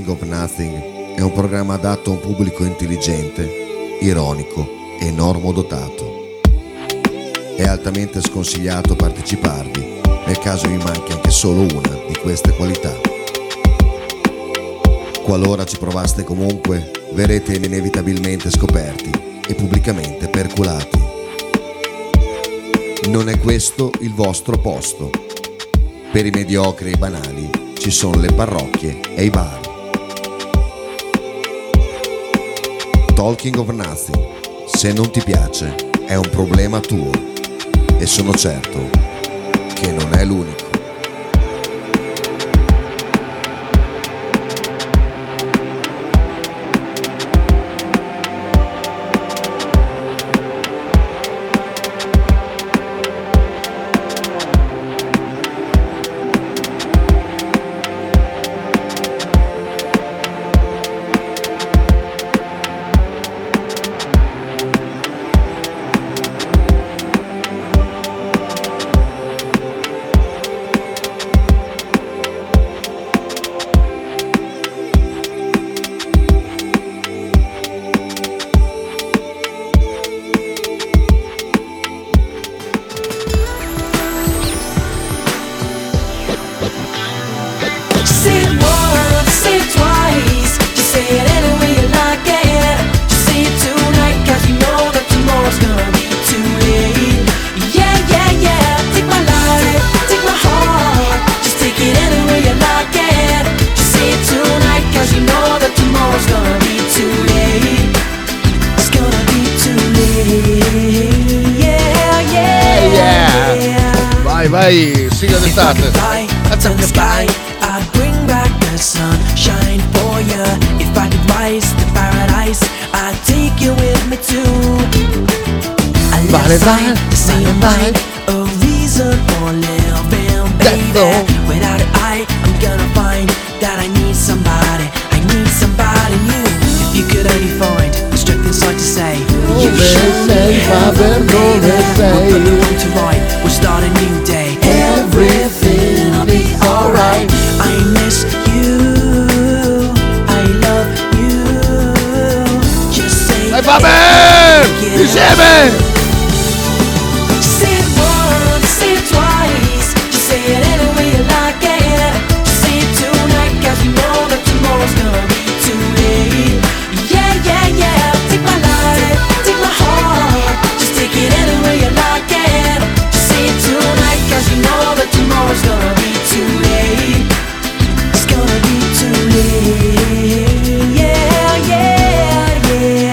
of Nothing è un programma adatto a un pubblico intelligente, ironico e normodotato. È altamente sconsigliato parteciparvi nel caso vi manchi anche solo una di queste qualità. Qualora ci provaste comunque, verrete inevitabilmente scoperti e pubblicamente perculati. Non è questo il vostro posto. Per i mediocri e i banali ci sono le parrocchie e i bar. Talking of Nothing, se non ti piace, è un problema tuo e sono certo che non è l'unico. Vai, sigla d'estate. Vale, vai. Without it, I'm gonna find that I need somebody new. If you could only find the strength inside to say, you show me heaven, baby. We'll put the one to right, we'll start a new day. Everything'll be alright. I miss you, I love you. Just say Vai Faber! Insieme! Say it once, say it twice. Just say it any way you like it. Just say it tonight, 'cause you know that tomorrow's gonna be too late. Yeah, yeah, yeah. Take my life, take my heart. Just take it any way you like it. Just say it tonight, 'cause you know that tomorrow's gonna be too late. It's gonna be too late. Yeah, yeah,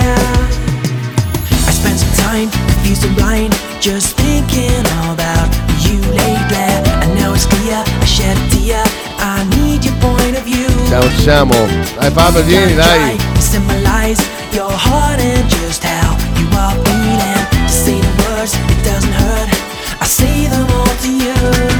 yeah. I spent some time confused and blind, just thinking about you lately. And now it's clear, I shed a tear. I need your point of view. Ci siamo. Dai Faber, vieni, dai. Symbolize your heart and just how you are feeling. Say the words, it doesn't hurt. I say them all to you.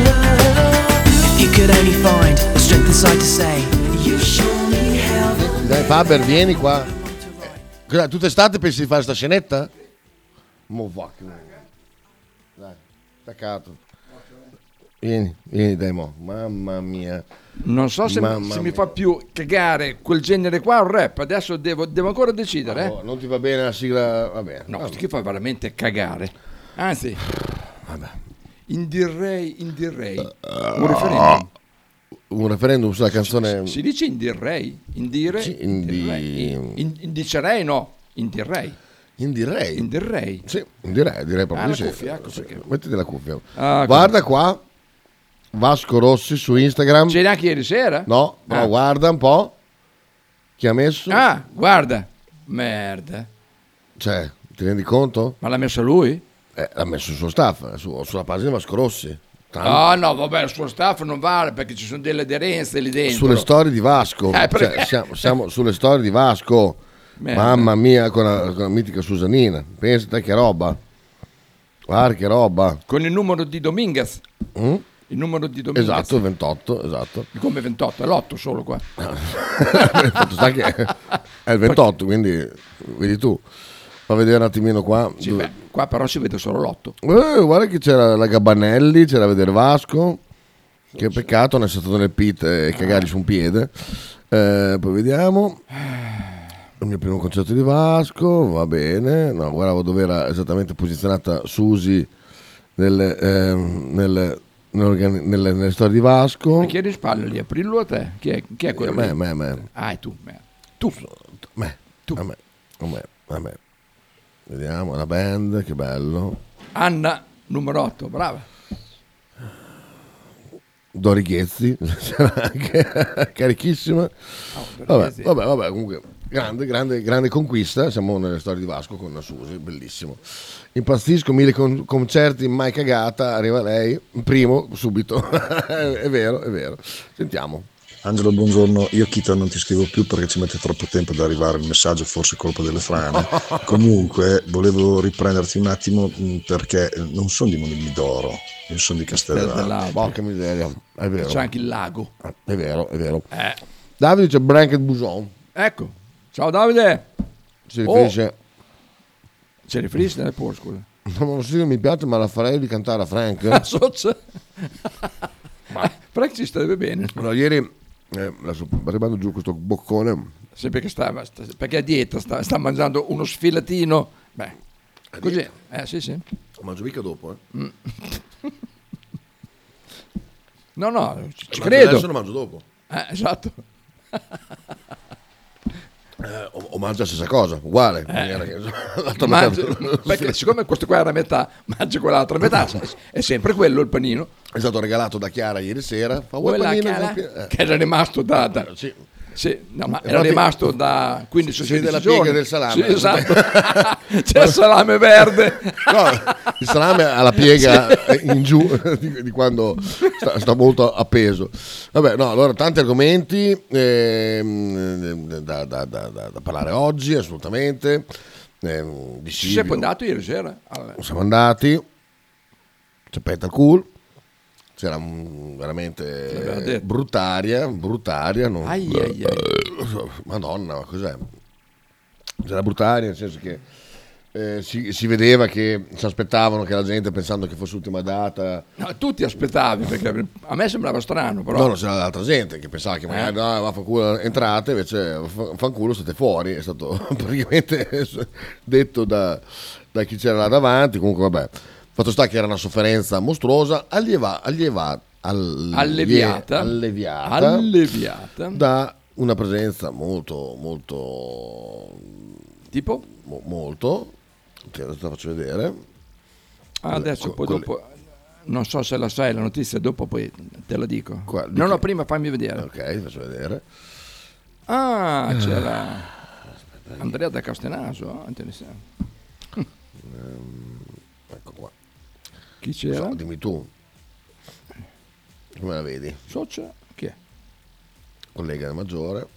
If you could only find the strength inside to say, you show me heaven. Dai Faber, vieni qua. Cosa, tutta estate pensi di fare sta scenetta? Mo va che... Dai, staccato. Vieni, dai mo. Mamma mia. Non so se mi fa più cagare quel genere qua o rap. Adesso devo ancora decidere. No, non ti va bene la sigla? Va bene. No, che fa veramente cagare. Anzi, vabbè. Indirei. Un referendum. Un referendum sulla canzone. Si dice indirei? Indire? Sì, indicerei no, indirei. Indirei? Sì, direi proprio di sì. Cuffia, ecco perché. Mettiti la cuffia. Guarda qua. Vasco Rossi su Instagram. C'eri anche ieri sera? No, però guarda un po'. Chi ha messo? Guarda. Merda. Cioè, ti rendi conto? Ma l'ha messo lui? L'ha messo il suo staff, sulla pagina Vasco Rossi. No, vabbè, il suo staff non vale perché ci sono delle aderenze lì dentro. Sulle storie di Vasco. Siamo sulle storie di Vasco. Merda. Mamma mia, con la mitica Susanina. Pensa che roba. Guarda che roba. Con il numero di Dominguez. Il numero di Dominguez. Esatto, 28, esatto. Come 28? È l'8 solo qua. Sai che è il 28, quindi vedi tu. Fa vedere un attimino qua. Sì, qua però si vede solo l'8. Guarda che c'era la Gabanelli, c'era a vedere Vasco. Che peccato, non è stato nel pit e cagare su un piede. Poi vediamo. Il mio primo concerto di Vasco, va bene. No, guardavo dove era esattamente posizionata Susi nelle storie di Vasco. E chi è di spalle lì? Aprillo a te? Chi è quello? Me. Ah, è tu. Tu. A me. Vediamo la band, che bello. Anna, numero 8, brava. Dori Ghezzi, c'era anche carichissima. Vabbè, comunque grande conquista. Siamo nelle storie di Vasco con la Susi, bellissimo. Impazzisco, 1000 concerti, mai cagata, arriva lei, primo, subito. È vero. Sentiamo. Angelo, buongiorno. Io Kita non ti scrivo più perché ci mette troppo tempo ad arrivare il messaggio, forse colpa delle frane. Comunque volevo riprenderti un attimo perché non sono di Monimidoro, io sono di Castellana. Porca miseria, è vero. C'è anche il lago. È vero. Davide c'è Blanket Buson. Ecco, ciao Davide. Si riferisce. Si riferisce nel posto, scusa. Non so se mi piace, ma la farei di cantare a Frank. Frank ci starebbe bene. No, ieri adesso arrivando giù questo boccone. Sempre che perché a dieta sta mangiando uno sfilatino. Beh, così. Sì. Mangio mica dopo, No, ci credo. Adesso lo mangio dopo. Esatto. O mangio la stessa cosa, uguale. Perché siccome questo qua era metà, mangia quell'altra metà. È sempre quello il panino. È stato regalato da Chiara ieri sera. Che era rimasto da sì, no, ma era rimasto da 15 o 16 della giorni. piega del salame. Sì, esatto. C'è il salame verde. No, il salame ha la piega in giù di quando sta molto appeso. Vabbè, no, allora tanti argomenti da parlare oggi, assolutamente. Di Ci siamo andati ieri sera. Siamo andati. C'è Peter Cool. C'era veramente brutaria. Non, Madonna, ma cos'è? C'era brutaria, nel senso che si vedeva che si aspettavano che la gente, pensando che fosse l'ultima data. No, tu ti aspettavi, perché a me sembrava strano, però. No, c'era l'altra gente che pensava che magari vaffanculo entrate, invece vaffanculo state fuori. È stato praticamente detto da chi c'era là davanti. Comunque vabbè, fatto sta che era una sofferenza mostruosa, alleviata da una presenza molto tipo? Molto, te la faccio vedere. Adesso poi dopo, non so se la sai la notizia, dopo poi te la dico. No, prima fammi vedere. Ok, faccio vedere. C'era Andrea da Castenaso, interessante. Ecco qua. Chi c'era? Dimmi tu. Come la vedi? Socia? Chi è? Collega maggiore.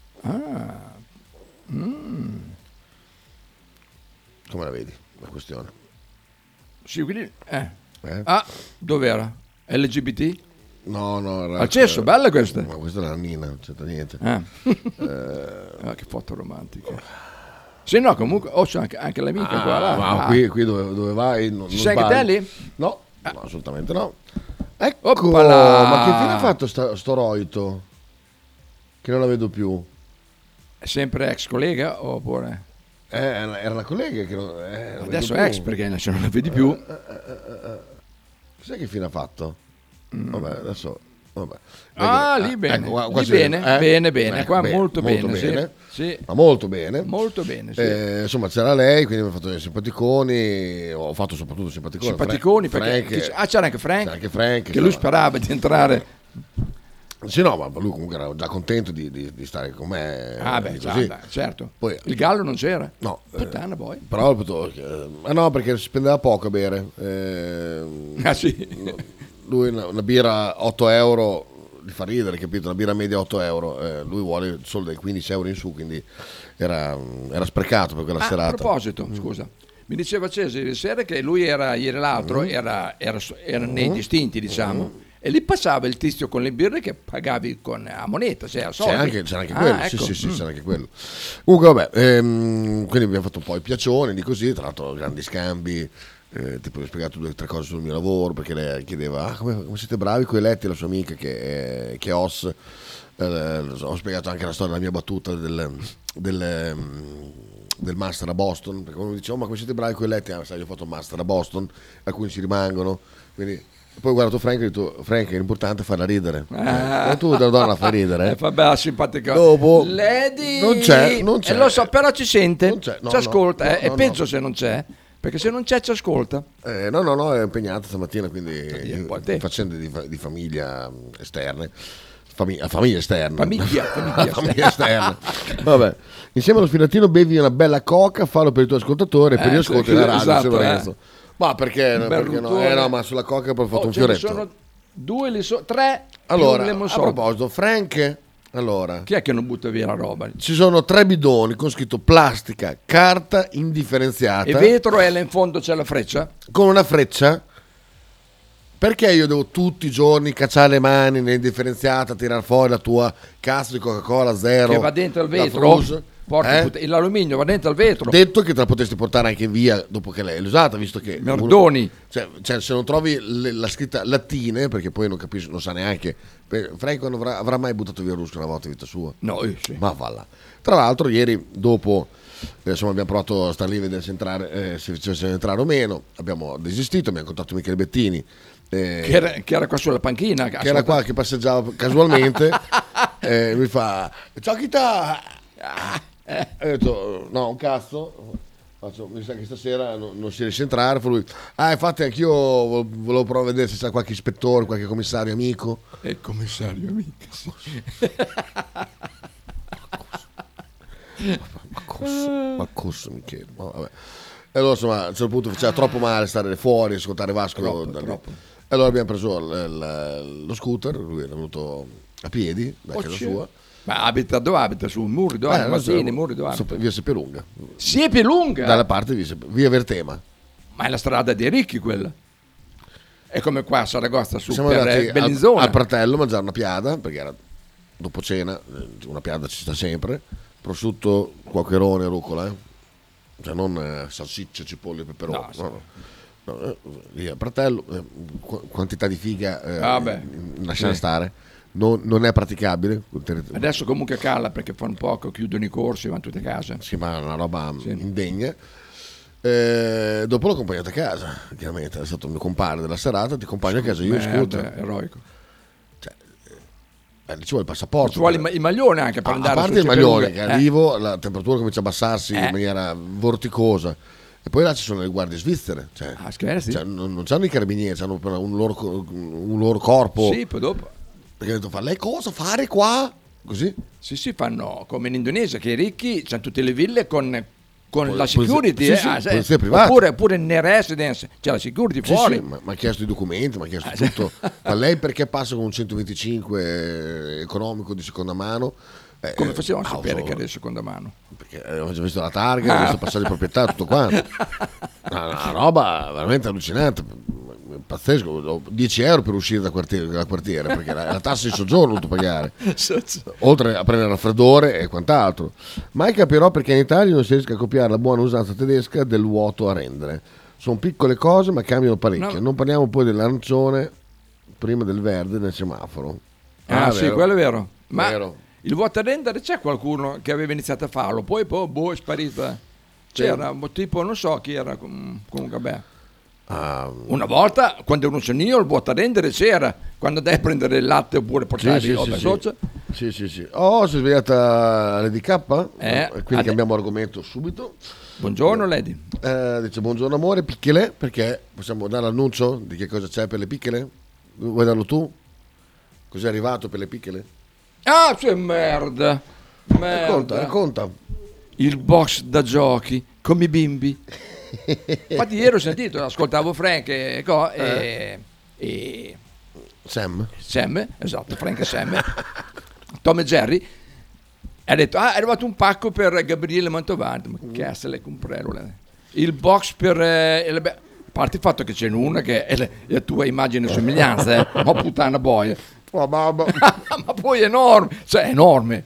Come la vedi la questione? Sì, quindi dov'era? LGBT? No, era al cesso, bella questa. No, questa era la Nina, non c'entra niente. Che foto romantica. Sì, no, comunque c'è anche l'amica qua là. Ma qui dove vai? Non sei anche te lì? No, assolutamente no. Ecco, Oppala. Ma che fine ha fatto sto Roito? Che non la vedo più. È sempre ex collega oppure? Era una collega che non adesso è ex, perché se non la vedi più. Sai che fine ha fatto? Vabbè, adesso lì bene. Ecco, lì bene. Qua molto bene. Sì. Ma molto bene. Molto bene, sì. Insomma, c'era lei, quindi mi ha fatto i simpaticoni. Ho fatto soprattutto simpaticoni perché c'era anche Frank. Che lui sperava di entrare. Sì, no, ma lui comunque era già contento di stare con me. Certo. Poi, il gallo non c'era. No. Puttana poi. Però no, perché si spendeva poco a bere. Sì. Lui una birra 8 euro gli fa ridere, capito? Una birra media 8 euro. Lui vuole solo dai 15 euro in su, quindi era sprecato per quella serata. A proposito, scusa. Mi diceva Cesare ieri sera che lui era ieri l'altro, era nei distinti, diciamo. E lì passava il tizio con le birre che pagavi a moneta, cioè a soldi. C'era anche quello, ecco. sì, c'era anche quello. Comunque vabbè, quindi abbiamo fatto un po' i piacioni di così, tra l'altro grandi scambi tipo, gli ho spiegato 2 o 3 cose sul mio lavoro, perché lei chiedeva come siete bravi con i letti, la sua amica che è OS. Ho spiegato anche la storia della mia battuta del master a Boston, perché uno dice ma come siete bravi con i letti, sai, io ho fatto un master a Boston, alcuni ci rimangono, quindi poi ho guardato Frank e ho detto Frank, è importante farla ridere, tu da donna fai ridere, vabbè, simpatica. Dopo Lady non c'è. Lo so, però ci sente, Non c'è, no, ci ascolta, no, è no, peggio no. se non c'è, perché se non c'è ci ascolta. No, è impegnata stamattina, quindi un po' a te. faccende di famiglia esterne. Famiglia esterna. Famiglia esterna. Vabbè. Insieme allo sfilatino bevi una bella coca, fallo per i tuoi ascoltatori e per gli ascolti della radio. esatto, Lorenzo. Ma perché no? Ma sulla coca poi ho fatto un fioretto. Sono 2, 3. Allora, più a lemon soda. proposito, Frank, allora, Chi è che non butta via la roba? ci sono 3 bidoni con scritto plastica, carta indifferenziata E vetro e là in fondo c'è la freccia? con una freccia. Perché io devo tutti i giorni cacciare le mani nell'indifferenziata, tirar fuori la tua cazzo di Coca-Cola zero? Che va dentro il la vetro? Frus? L'alluminio va dentro il vetro. Detto che te la potresti portare anche via dopo che l'hai usata, visto che Merdoni. cioè, se non trovi la scritta lattine, perché poi non capisci, non sa neanche Frank quando avrà mai buttato via il rusco una volta in vita sua. No, sì. Ma va là. Tra l'altro ieri dopo insomma abbiamo provato a star lì a vedere se facesse entrare o meno, abbiamo desistito, abbiamo contattato Michele Bettini Che era qua sulla panchina. che era qua che passeggiava casualmente mi fa ciao Chita, ho detto no un cazzo, mi sa che stasera non si riesce a entrare. Lui, infatti anch'io volevo provare a vedere se c'è qualche ispettore, qualche commissario amico. Il commissario amico, sì. Ma cosa Michele, ma vabbè. E allora insomma a un certo punto faceva troppo male stare fuori, ascoltare Vasco Troppo. E allora abbiamo preso lo scooter, lui era venuto a piedi da casa sua. Ma dove abita? Su muri dove abita? Masini, muri dove abita? Via Seppelunga, Lunga? dalla parte di via Vertema. Ma è la strada dei ricchi quella. È come qua a Saragozza su Siamo per andati Bellinzona. al Pratello a mangiare una piada, perché era dopo cena, una piada ci sta sempre, prosciutto, quaccherone, rucola, cioè non salsicce, cipolle e peperoni. No. Lì al Pratello, quantità di figa, lasciamo stare, non è praticabile. Adesso comunque cala perché fa un poco, chiudono i corsi, vanno tutte a casa. Sì, ma è una roba indegna. Dopo l'ho accompagnato a casa, chiaramente è stato il mio compare della serata, ti accompagno a casa io in scooter. Eroico. Ci vuole il passaporto, Ci vuole il maglione anche per andare a parte su il maglione Seppelunga. che arrivo la temperatura comincia a abbassarsi in maniera vorticosa e poi là ci sono le guardie svizzere, scherzi? Cioè, non hanno i carabinieri, hanno un loro corpo. Sì, poi dopo perché ho detto fa lei cosa fare qua così? sì, fanno come in Indonesia che i ricchi hanno tutte le ville con la polizia- security, sì, polizia privata. oppure nel residence c'è la security Sì, fuori. sì, ma ha chiesto i documenti, ma ha chiesto tutto. Ma lei perché passa con un 125 economico di seconda mano? Come facevamo a sapere che era di seconda mano? Perché avevo già visto la targa, avevo visto passare di proprietà, tutto quanto. Una roba veramente allucinante, pazzesco. 10 euro per uscire dal quartiere, perché la tassa di soggiorno ho dovuto pagare, oltre a prendere il raffreddore e quant'altro. Mai capirò perché in Italia non si riesca a copiare la buona usanza tedesca del vuoto a rendere. Sono piccole cose ma cambiano parecchio. No. Non parliamo poi dell'arancione prima del verde nel semaforo. Sì, vero. quello è vero. Ma Vero. il vuoto a rendere c'è qualcuno che aveva iniziato a farlo, poi è sparita. C'era tipo, non so chi era, comunque vabbè. Una volta, quando non sono io, il vuoto a rendere c'era, quando devi prendere il latte oppure portare Sì. socia. Sì. Oh, si è svegliata Lady K, quindi cambiamo argomento subito. Buongiorno Lady. Dice buongiorno amore, piccole, perché possiamo dare l'annuncio di che cosa c'è per le piccole? Vuoi darlo tu? Cos'è arrivato per le piccole? Ah, c'è merda. Racconta. Il box da giochi, come i bimbi. Infatti ieri ho sentito, ascoltavo Frank e Sam, esatto, Frank e Sam, Tom e Jerry, e ha detto, è arrivato un pacco per Gabriele Mantovani, ma che cazzo le comprerò? Il box per... a parte il fatto che c'è una che è la tua immagine e somiglianza, ma puttana boia. Ma poi è enorme, cioè enorme,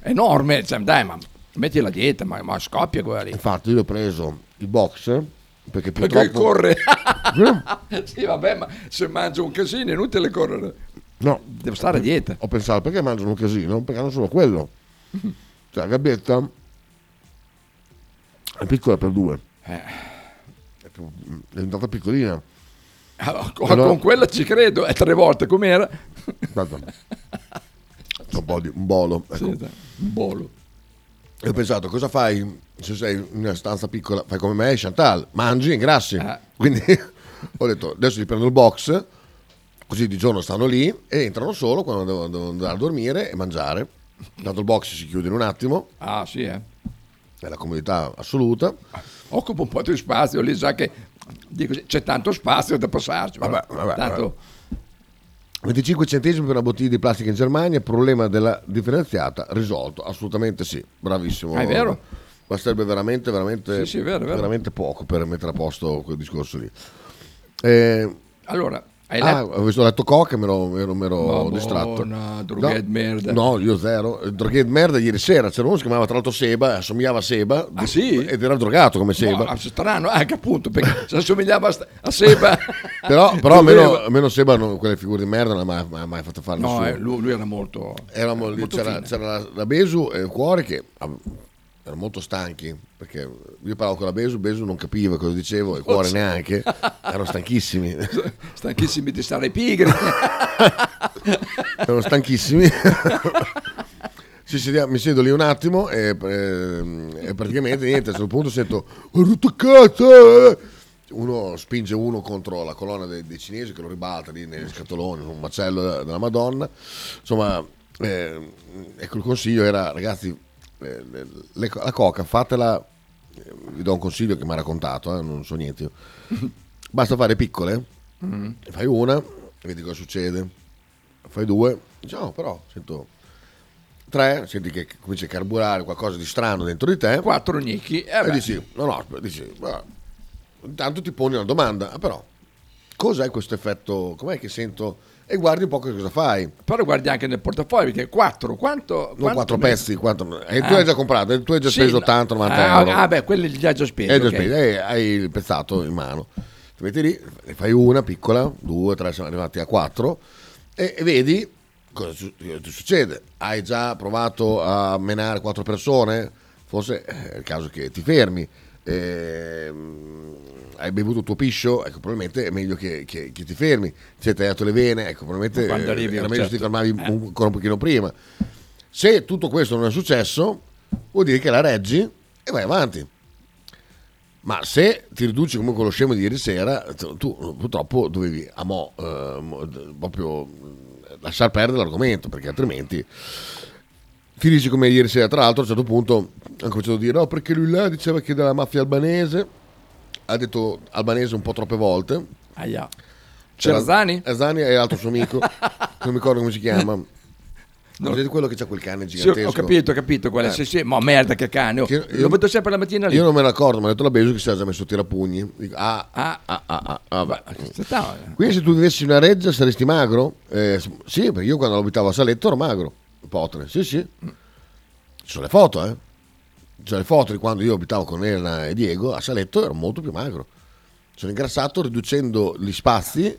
cioè, dai, ma metti la dieta, ma scoppia quella lì. infatti io ho preso il box perché Perché purtroppo... corre. Sì, vabbè, ma se mangia un casino è inutile correre. No, Devo stare a dieta. ho pensato, perché mangiano un casino? Perché hanno solo quello. Cioè, la gabbietta è piccola per 2. È diventata piccolina. Con quella ci credo, è 3 volte com'era. Aspetta. Un bolo. Ecco. Sì, un bolo. E ho pensato, cosa fai se sei in una stanza piccola? Fai come me, Chantal, mangi e ingrassi. Quindi ho detto, adesso ti prendo il box, così di giorno stanno lì e entrano solo quando devono andare a dormire e mangiare. Tanto il box si chiude in un attimo. Ah, sì, È la comodità assoluta. Occupa un po' di spazio, lì sa che dico, c'è tanto spazio da passarci. Vabbè. Tanto... 25 centesimi per una bottiglia di plastica in Germania, problema della differenziata risolto, assolutamente sì, bravissimo. È vero. Ma sarebbe veramente Sì, è vero. veramente poco per mettere a posto quel discorso lì. Allora, hai letto? Ho letto Coca e mi ero distratto. Droghead merda. No, io zero. Droghead merda ieri sera, c'era uno che si chiamava tra l'altro Seba, assomigliava a Seba. Ah, sì? Ed era drogato come Seba. No, strano, anche appunto, perché se assomigliava a Seba. però almeno Seba quelle figure di merda non ha mai fatto fare No, nessuno. lui era molto... C'era la Besu e il Cuore che erano molto stanchi, perché io parlavo con la Besu non capiva cosa dicevo, e il Cuore neanche, erano stanchissimi. Stanchissimi di stare pigri. Erano stanchissimi. Mi siedo lì un attimo e praticamente niente, a un certo punto sento uno spinge uno contro la colonna dei cinesi che lo ribalta lì negli scatoloni, un macello della Madonna. Insomma, ecco, il consiglio era, ragazzi, la coca fatela, vi do un consiglio che mi ha raccontato, non so niente io. Basta fare piccole, fai una e vedi cosa succede, fai 2, dici però sento 3, senti che comincia a carburare qualcosa di strano dentro di te, 4 nicchi e dici intanto ti poni una domanda, però cos'è questo effetto, com'è che sento, e guardi un po' cosa fai. Però guardi anche nel portafoglio, perché 4, quanto... Non 4 pezzi, tu hai già comprato, tu hai già speso 80-90 euro. Ah beh, quelli li hai già spesi. Hai il pezzato in mano, ti metti lì, ne fai una piccola, 2, 3, siamo arrivati a 4 e vedi cosa ti succede. Hai già provato a menare 4 persone? Forse è il caso che ti fermi. Hai bevuto il tuo piscio, ecco, probabilmente è meglio che ti fermi. Ti sei tagliato le vene, ecco, probabilmente era meglio se ti fermavi ancora un pochino prima. Se tutto questo non è successo, vuol dire che la reggi e vai avanti. Ma se ti riduci come quello scemo di ieri sera, tu purtroppo dovevi proprio lasciar perdere l'argomento, perché altrimenti finisci come ieri sera. Tra l'altro a un certo punto ha cominciato a dire no, perché lui là diceva che della mafia albanese, ha detto albanese un po' troppe volte. Cerzani? Zani è l'altro suo amico, non mi ricordo come si chiama. Vedete quello che c'ha quel cane gigantesco? Sì, ho capito qual è. Sì, ma merda che cane. Lo vedo sempre la mattina lì. Io non me ne accorgo, mi ha detto la Besu che si è già messo tirapugni. Dico, vabbè. Quindi se tu vivessi in una reggia saresti magro? Sì, perché io quando abitavo a Saletto ero magro. Potre, sì. Ci sono le foto, Ci sono le foto di quando io abitavo con Elena e Diego a Saletto, ero molto più magro. Sono ingrassato riducendo gli spazi,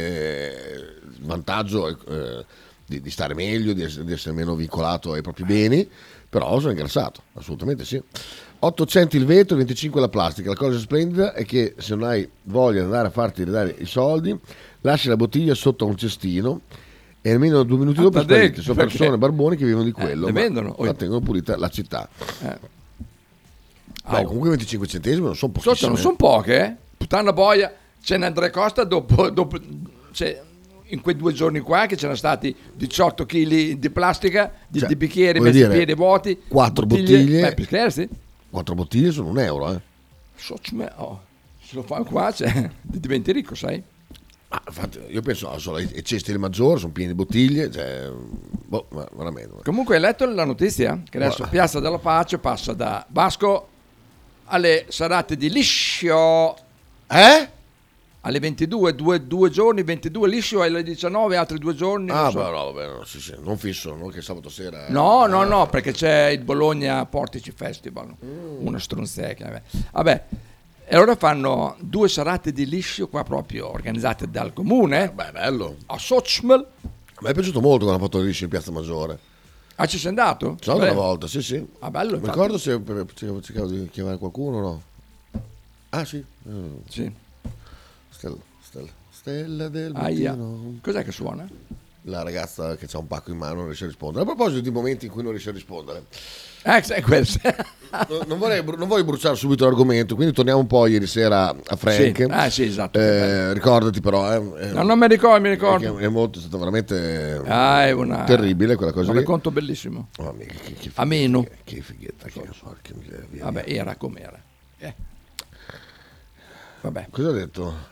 vantaggio di stare meglio, di essere meno vincolato ai propri beni, però sono ingrassato, assolutamente sì. 800 il vetro, 25 la plastica. La cosa splendida è che se non hai voglia di andare a farti ridare i soldi, lasci la bottiglia sotto a un cestino e almeno 2 minuti dopo spariti. Sono persone barboni che vivono di quello, le vendono, ma tengono pulita la città. Comunque 25 centesimi non sono pochissimi. Non sono poche, Puttana boia. Ce ne Andrea Costa dopo in quei 2 giorni qua che c'erano stati 18 kg di plastica, di bicchieri messi in piedi vuoti, 4 bottiglie. Per scherzi? 4 bottiglie sono €1, Se lo fai qua ti diventi ricco, sai? Infatti, io penso i cesti del maggiore sono pieni di bottiglie, veramente. Comunque hai letto la notizia che adesso Piazza della Pace passa da Vasco alle serate di liscio, alle 22, due giorni, 22 liscio, alle 19 altri 2 giorni. Non fisso, non che sabato sera. No, perché c'è il Bologna Portici Festival, una stronzecchia. Vabbè, E allora fanno 2 serate di liscio qua proprio organizzate dal comune Beh, bello. a Sochmel. Mi è piaciuto molto quando hanno fatto il liscio in Piazza Maggiore. Ah, ci sei andato? C'è una volta, sì. Ah, bello. Non mi ricordo se cercavo di chiamare qualcuno o no. Ah, sì. Sì. Stella del Aia. mattino. Cos'è che suona? La ragazza che ha un pacco in mano non riesce a rispondere. A proposito di momenti in cui non riesce a rispondere. Sai questo. Non voglio bruciare subito l'argomento, quindi torniamo un po' ieri sera a Frank. Sì. Ah, sì, esatto. Ricordati però. No, non mi ricordo. È stato veramente È una... terribile quella cosa Un lì. racconto bellissimo. Oh, mica, che fighetta, Ameno. Che fighetta. Porca miseria, via. Vabbè, era com'era. Vabbè. Cosa ho detto?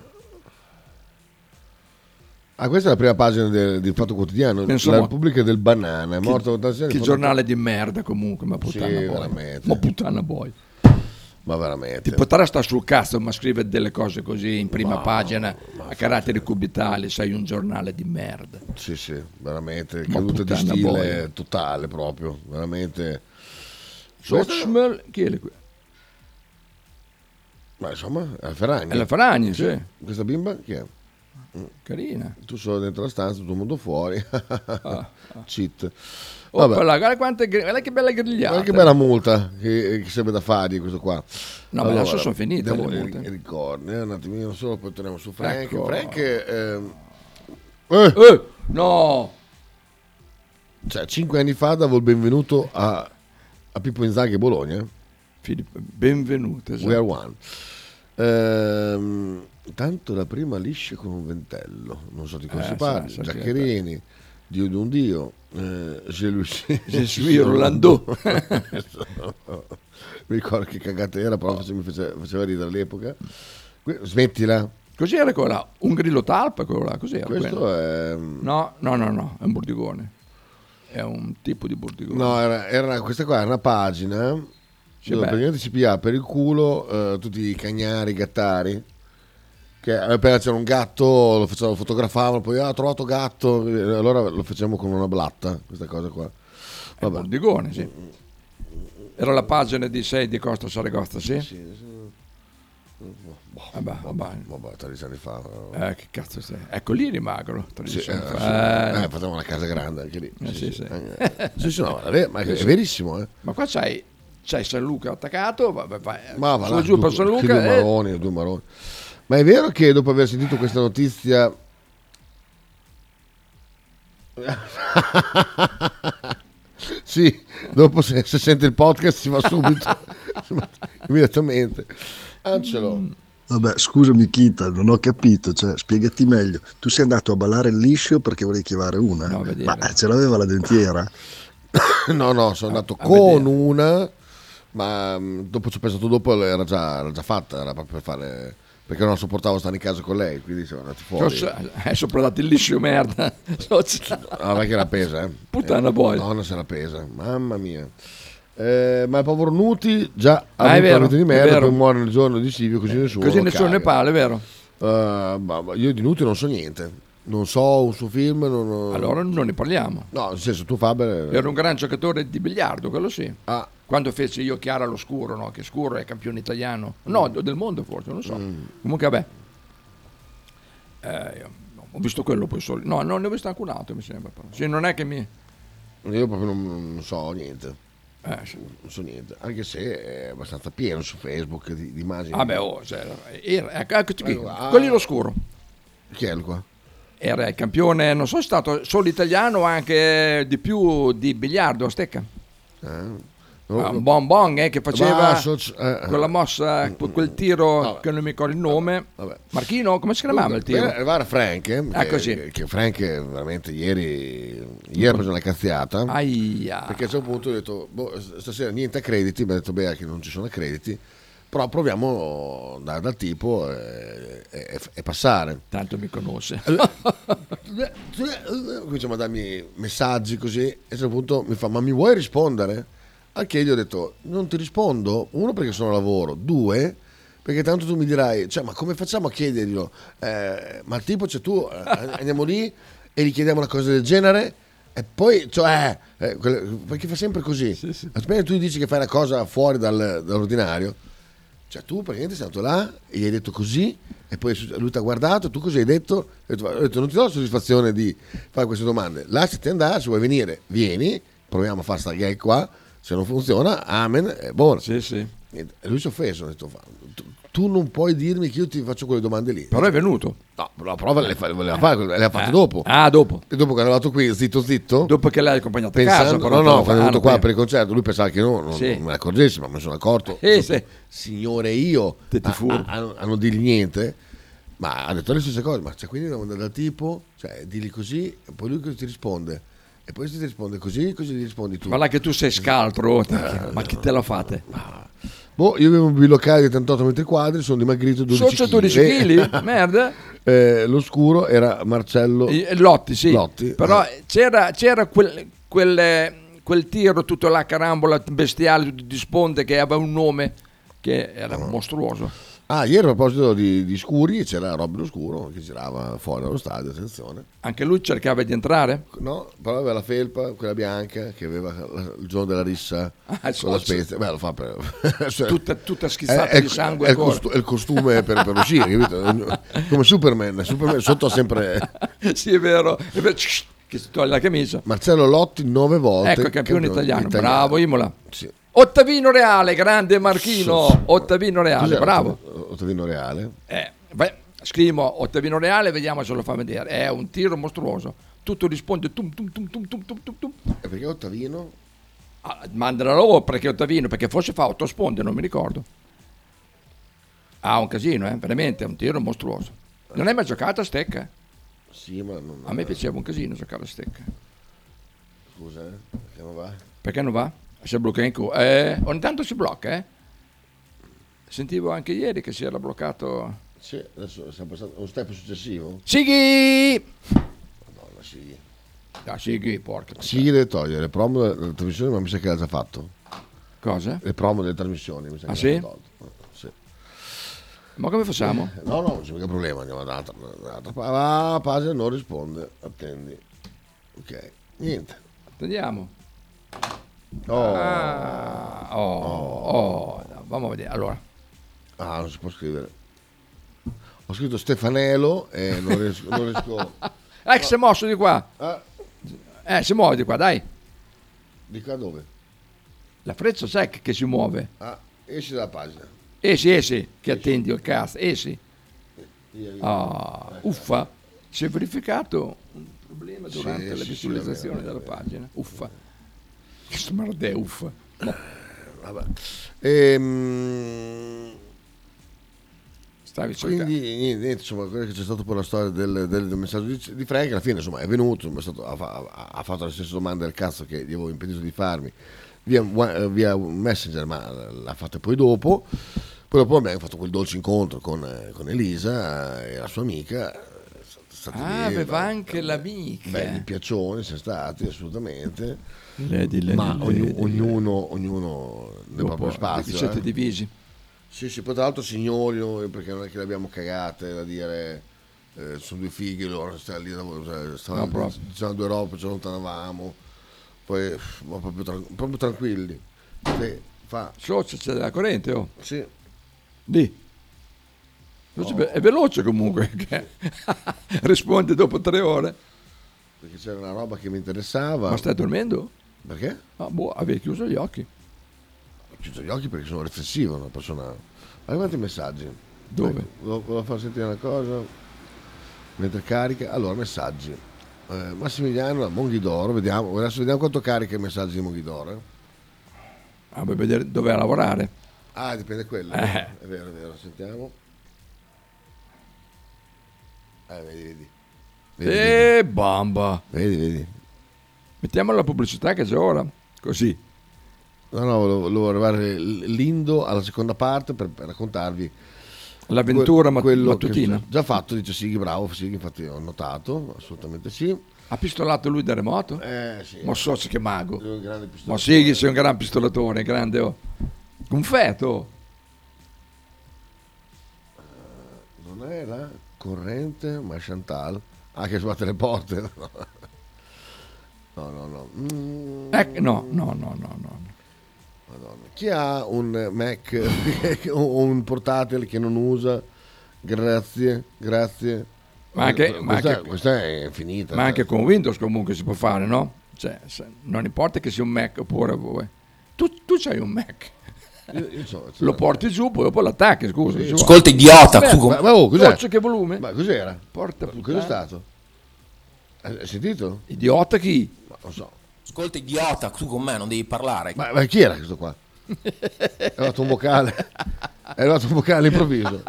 Ah, questa è la prima pagina del Fatto Quotidiano. Insomma, la Repubblica del Banana. È morto Che giornale di merda comunque, ma puttana Sì, boy. veramente. Ma puttana boy. Ma veramente. Ti potrà stare sul cazzo, ma scrivere delle cose così in prima pagina a caratteri cubitali, sei un giornale di merda. Sì, veramente. Ma Caduta di puttana stile boia. totale proprio. Veramente. Sochmel, chi è qui? Ma insomma, è la Ferragni. È la Ferragni, sì. Questa bimba chi è? Carina. Tu solo dentro la stanza, tutto il mondo fuori. Cheat. Oh, Vabbè. guarda che bella grigliata. Guarda che bella multa che serve da fargli questo qua. No, ma adesso sono finite Diamo le i multe. ricordi, un attimino solo, poi torniamo su Frank. Ecco. Frank, No. cioè 5 anni fa davo il benvenuto a Pippo Inzaghi e Bologna. Filippo, benvenuto. We are Esatto. one. Tanto la prima lisce con un ventello, non so di cosa si parla. sa Giaccherini, Dio di un Dio, Je suis Orlando. Mi ricordo che cagata era, però mi faceva ridere all'epoca. Smettila. Cos'era quella? Un grillo talpa quello là? Cos'era? Questo quello? è. No, è un burdigone. È un tipo di burdigone. No, questa qua è una pagina dove praticamente si pigliava per il culo tutti i cagnari, i gattari. Che appena c'era un gatto lo fotografavano, poi ha trovato gatto, allora lo facciamo con una blatta, questa cosa qua. È un burdigone, sì. Era la pagina di 6 di Costa Saragossa, sì? Vabbè, 13 anni fa. Che cazzo sei? Ecco, lì rimagro. Facciamo una casa grande anche lì. Sì, no, ma è verissimo. Ma qua c'hai San Luca attaccato, vai, ma va là, giù per San Luca. Due maroni. Ma è vero che dopo aver sentito questa notizia sì, dopo se sente il podcast si va subito immediatamente. Angelo. Vabbè, scusami Kita, non ho capito, cioè, spiegati meglio. Tu sei andato a ballare il liscio perché volevi chiamare una, No, ma ce l'aveva la dentiera? No, sono andato con una, ma dopo ci ho pensato dopo, era già fatta, era proprio per fare, perché non sopportavo stare in casa con lei, quindi siamo andati fuori. Hai soprattato il liscio merda. Ma che era pesa, Puttana boy. Madonna se la pesa, mamma mia. Ma il povero Nuti già ha avuto vero, una notte di merda, è vero. poi muore nel giorno di Silvio, così nessuno ne parla, è vero? Io di Nuti non so niente, non so un suo film, Allora non ne parliamo. no, nel senso tu Faber Era un gran giocatore di biliardo, quello sì. Ah. Quando fece Io Chiara all'oscuro, no? Che Scuro è campione italiano, no, del mondo forse, non so. Comunque vabbè. Ho visto quello poi solo. No, non ne ho visto anche un altro, mi sembra. Però. Sì, non è che mi. io proprio non so niente. Sì. Non so niente, anche se è abbastanza pieno su Facebook di immagini. Vabbè, ecco qui, quello l'oscuro. Chi è qua? Era il campione, non so se è stato solo italiano o anche di più di biliardo a stecca. Un bonbon che faceva quella mossa, quel tiro che non mi ricordo il nome. Marchino, come si chiamava il tiro? Arrivare a Frank, che Frank veramente ieri ha preso una cazziata. Aia. Perché a un certo punto ho detto stasera niente accrediti, mi ha detto che non ci sono accrediti, però proviamo dal tipo e passare. Tanto mi conosce. Cominciamo a darmi messaggi così e a un certo punto mi fa: ma mi vuoi rispondere? Al che gli ho detto: non ti rispondo, uno perché sono a lavoro, due perché tanto tu mi dirai, cioè, ma come facciamo a chiederglielo? Ma il tipo, cioè, tu andiamo lì e gli chiediamo una cosa del genere e poi, cioè, perché fa sempre così. Appena tu dici che fai una cosa fuori dall'ordinario, Cioè tu praticamente sei andato là e gli hai detto così e poi lui ti ha guardato, tu cosa hai detto? Hai detto, non ti do la soddisfazione di fare queste domande, lasciati andare, se vuoi venire vieni, proviamo a fare sta gag qua, se non funziona, amen, è buono. Sì, sì. E lui si è offeso, ha detto, tu non puoi dirmi che io ti faccio quelle domande lì. Però è venuto. No, la prova voleva fare, le ha fatte dopo. Ah, dopo. E dopo che è arrivato qui zitto, Dopo che l'hai accompagnato a pensando, casa. Però no, quando è venuto qua prima. per il concerto, lui pensava che non Sì. me ne accorgessi, ma mi sono accorto. Sì. Signore, io Te ti furbo. a non dirgli niente, ma ha detto le stesse cose. Ma cioè, quindi devo andare dal tipo, cioè, digli così, e poi lui cosa ti risponde? E poi se ti risponde così gli rispondi tu. Ma là che tu sei scaltro, ma chi te l'ha fatta? Boh, io avevo un bilocale di 38 metri quadri, sono dimagrito 12 Socio kg. 12 kg? Merda. L'oscuro era Marcello Lotti, sì. Lotti, Però c'era quel tiro tutto là, carambola, bestiale, tutto di sponde, che aveva un nome che era mostruoso. Ah, ieri a proposito di scuri c'era Robby lo Scuro che girava fuori dallo stadio, attenzione. Anche lui cercava di entrare? No, però aveva la felpa, quella bianca, che aveva il giorno della rissa con la Spezia. Beh, lo fa per... cioè, Tutta schizzata di sangue ancora. È il costume per uscire, capito? Come Superman sotto ha sempre... Sì, è vero. Che si toglie la camicia. Marcello Lotti 9 volte. Ecco, campione italiano. Bravo, Imola. Sì. Ottavino Reale, grande Marchino. Ottavino Reale, Cos'era bravo. Ottavino Reale? Scrivo Ottavino Reale, vediamo se lo fa vedere. È un tiro mostruoso. Tutto risponde tum tum tum tum tum tum tum tum. E perché Ottavino? Mandala loro perché Ottavino, perché forse fa 8 sponde, non mi ricordo. Un casino, veramente, è un tiro mostruoso. Non hai mai giocato a stecca? Sì, ma non... A me piaceva un casino giocare a stecca. Scusa, perché non va? Perché non va? Si blocca in culo. Ogni tanto si blocca, Sentivo anche ieri che si era bloccato. Sì, adesso siamo passati a un step successivo. Sighi! Madonna, Sighi. Sighi, porca. Sighi deve togliere le promo delle trasmissioni, ma mi sa che l'ha già fatto. Cosa? Le promo delle trasmissioni, mi sa che sì? l'ha tolto. Sì. Ma come facciamo? No, non c'è mica problema, andiamo all'altra pagina, non risponde, attendi. Ok, niente. Attendiamo. Vamo a vedere. Allora. Non si può scrivere. Ho scritto Stefanello e non riesco. Si è mosso di qua. Si muove di qua, dai. Di qua dove? La freccia sai che si muove. Esci dalla pagina. Esci, che attendi il cazzo. Esci. Via. Uffa. Si è verificato un problema durante la sì, visualizzazione sì, della pagina. Uffa. Che smardè, uffa. Vabbè. Quindi niente, insomma, quello che c'è stato poi la storia del messaggio di Frank, alla fine insomma è venuto, ha fatto le stesse domande del cazzo che gli avevo impedito di farmi via Messenger, ma l'ha fatta poi dopo. Poi dopo abbiamo fatto quel dolce incontro con Elisa e la sua amica. Aveva anche l'amica. Belli piaccioni siamo stati, assolutamente. Lady, ma ognuno nel proprio spazio. Siete divisi. Sì, poi tra l'altro signori, noi, perché non è che le abbiamo cagate da dire sono due fighi, loro stavano dicendo due robe, ci allontanavamo, poi ma proprio tranquilli. Socio, c'è della corrente, oh. Sì. Di. È veloce comunque, che risponde dopo 3 ore. Perché c'era una roba che mi interessava. Ma stai dormendo? Perché? Avevi chiuso gli occhi. Ho chiuso gli occhi perché sono riflessivo, una persona. Hai quanti messaggi? Dove? Volevo far sentire una cosa mentre carica. Allora, messaggi. Massimiliano Monghidoro, adesso vediamo quanto carica i messaggi di Monghidoro. Per vedere dove lavorare. Dipende quello. È vero, sentiamo. Vedi. Bamba. Vedi. Mettiamo la pubblicità che c'è ora, così. No, volevo arrivare lindo alla seconda parte per raccontarvi l'avventura quello mattutina. Che già fatto, dice Sighi, bravo, Sighi, infatti ho notato, assolutamente sì. Ha pistolato lui da remoto? Sì. Ma so che mago. Ma Sighi sei un gran pistolatore, grande, Confetto. Non è la corrente, ma è Chantal. Che sbatte le porte. No. No. Madonna. Chi ha un Mac o un portatile che non usa? Grazie. Questa è finita. Ma anche con Windows comunque si può fare, no? Cioè, non importa che sia un Mac oppure voi. Tu c'hai un Mac. Io Lo porti giù, poi dopo l'attacchi, scusa. Ascolta, idiota. cos'è? Che volume? Ma cos'era? Porta Cos'è puttana. stato? Hai sentito? Idiota chi? Ma non so. Ascolta, idiota, tu con me non devi parlare. Ma chi era questo qua? È arrivato un vocale. È arrivato un vocale improvviso.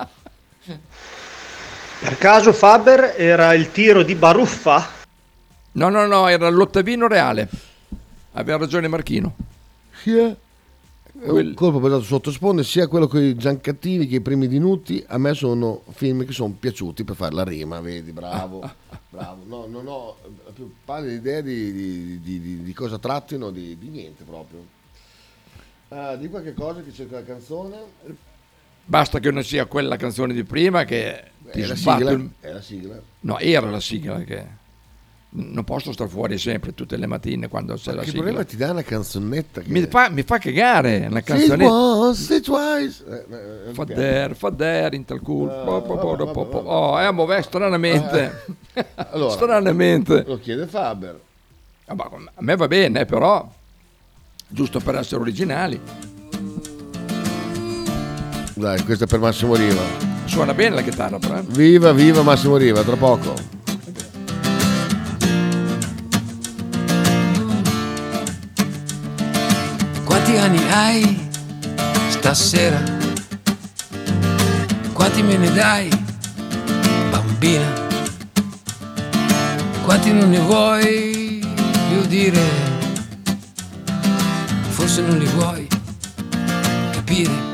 Per caso Faber era il tiro di Baruffa? No, era l'ottavino reale. Aveva ragione Marchino. Chi è? Un colpo pesato sotto sponde, sia quello con i Giancattivi che i primi Dinuti. A me sono film che sono piaciuti per fare la rima, vedi, bravo. No, non ho più pallida idea di cosa trattino, di niente proprio. Di qualche cosa che c'è quella canzone. Basta che non sia quella canzone di prima che ti È la sbatto sigla? È la sigla? No, era la sigla che non posso stare fuori sempre tutte le mattine quando c'è la Che sigla. problema ti dà una canzonetta? Che... Mi fa cagare una canzonetta. Say twice. Fa there in tal culo. Vabbè, stranamente. Allora, stranamente. Lo chiede Faber. A me va bene, però giusto per essere originali. Dai, questa è per Massimo Riva. Suona bene la chitarra, però. Viva Massimo Riva, tra poco. Quanti anni hai stasera? Quanti me ne dai, bambina? Quanti non ne vuoi più dire? Forse non li vuoi capire.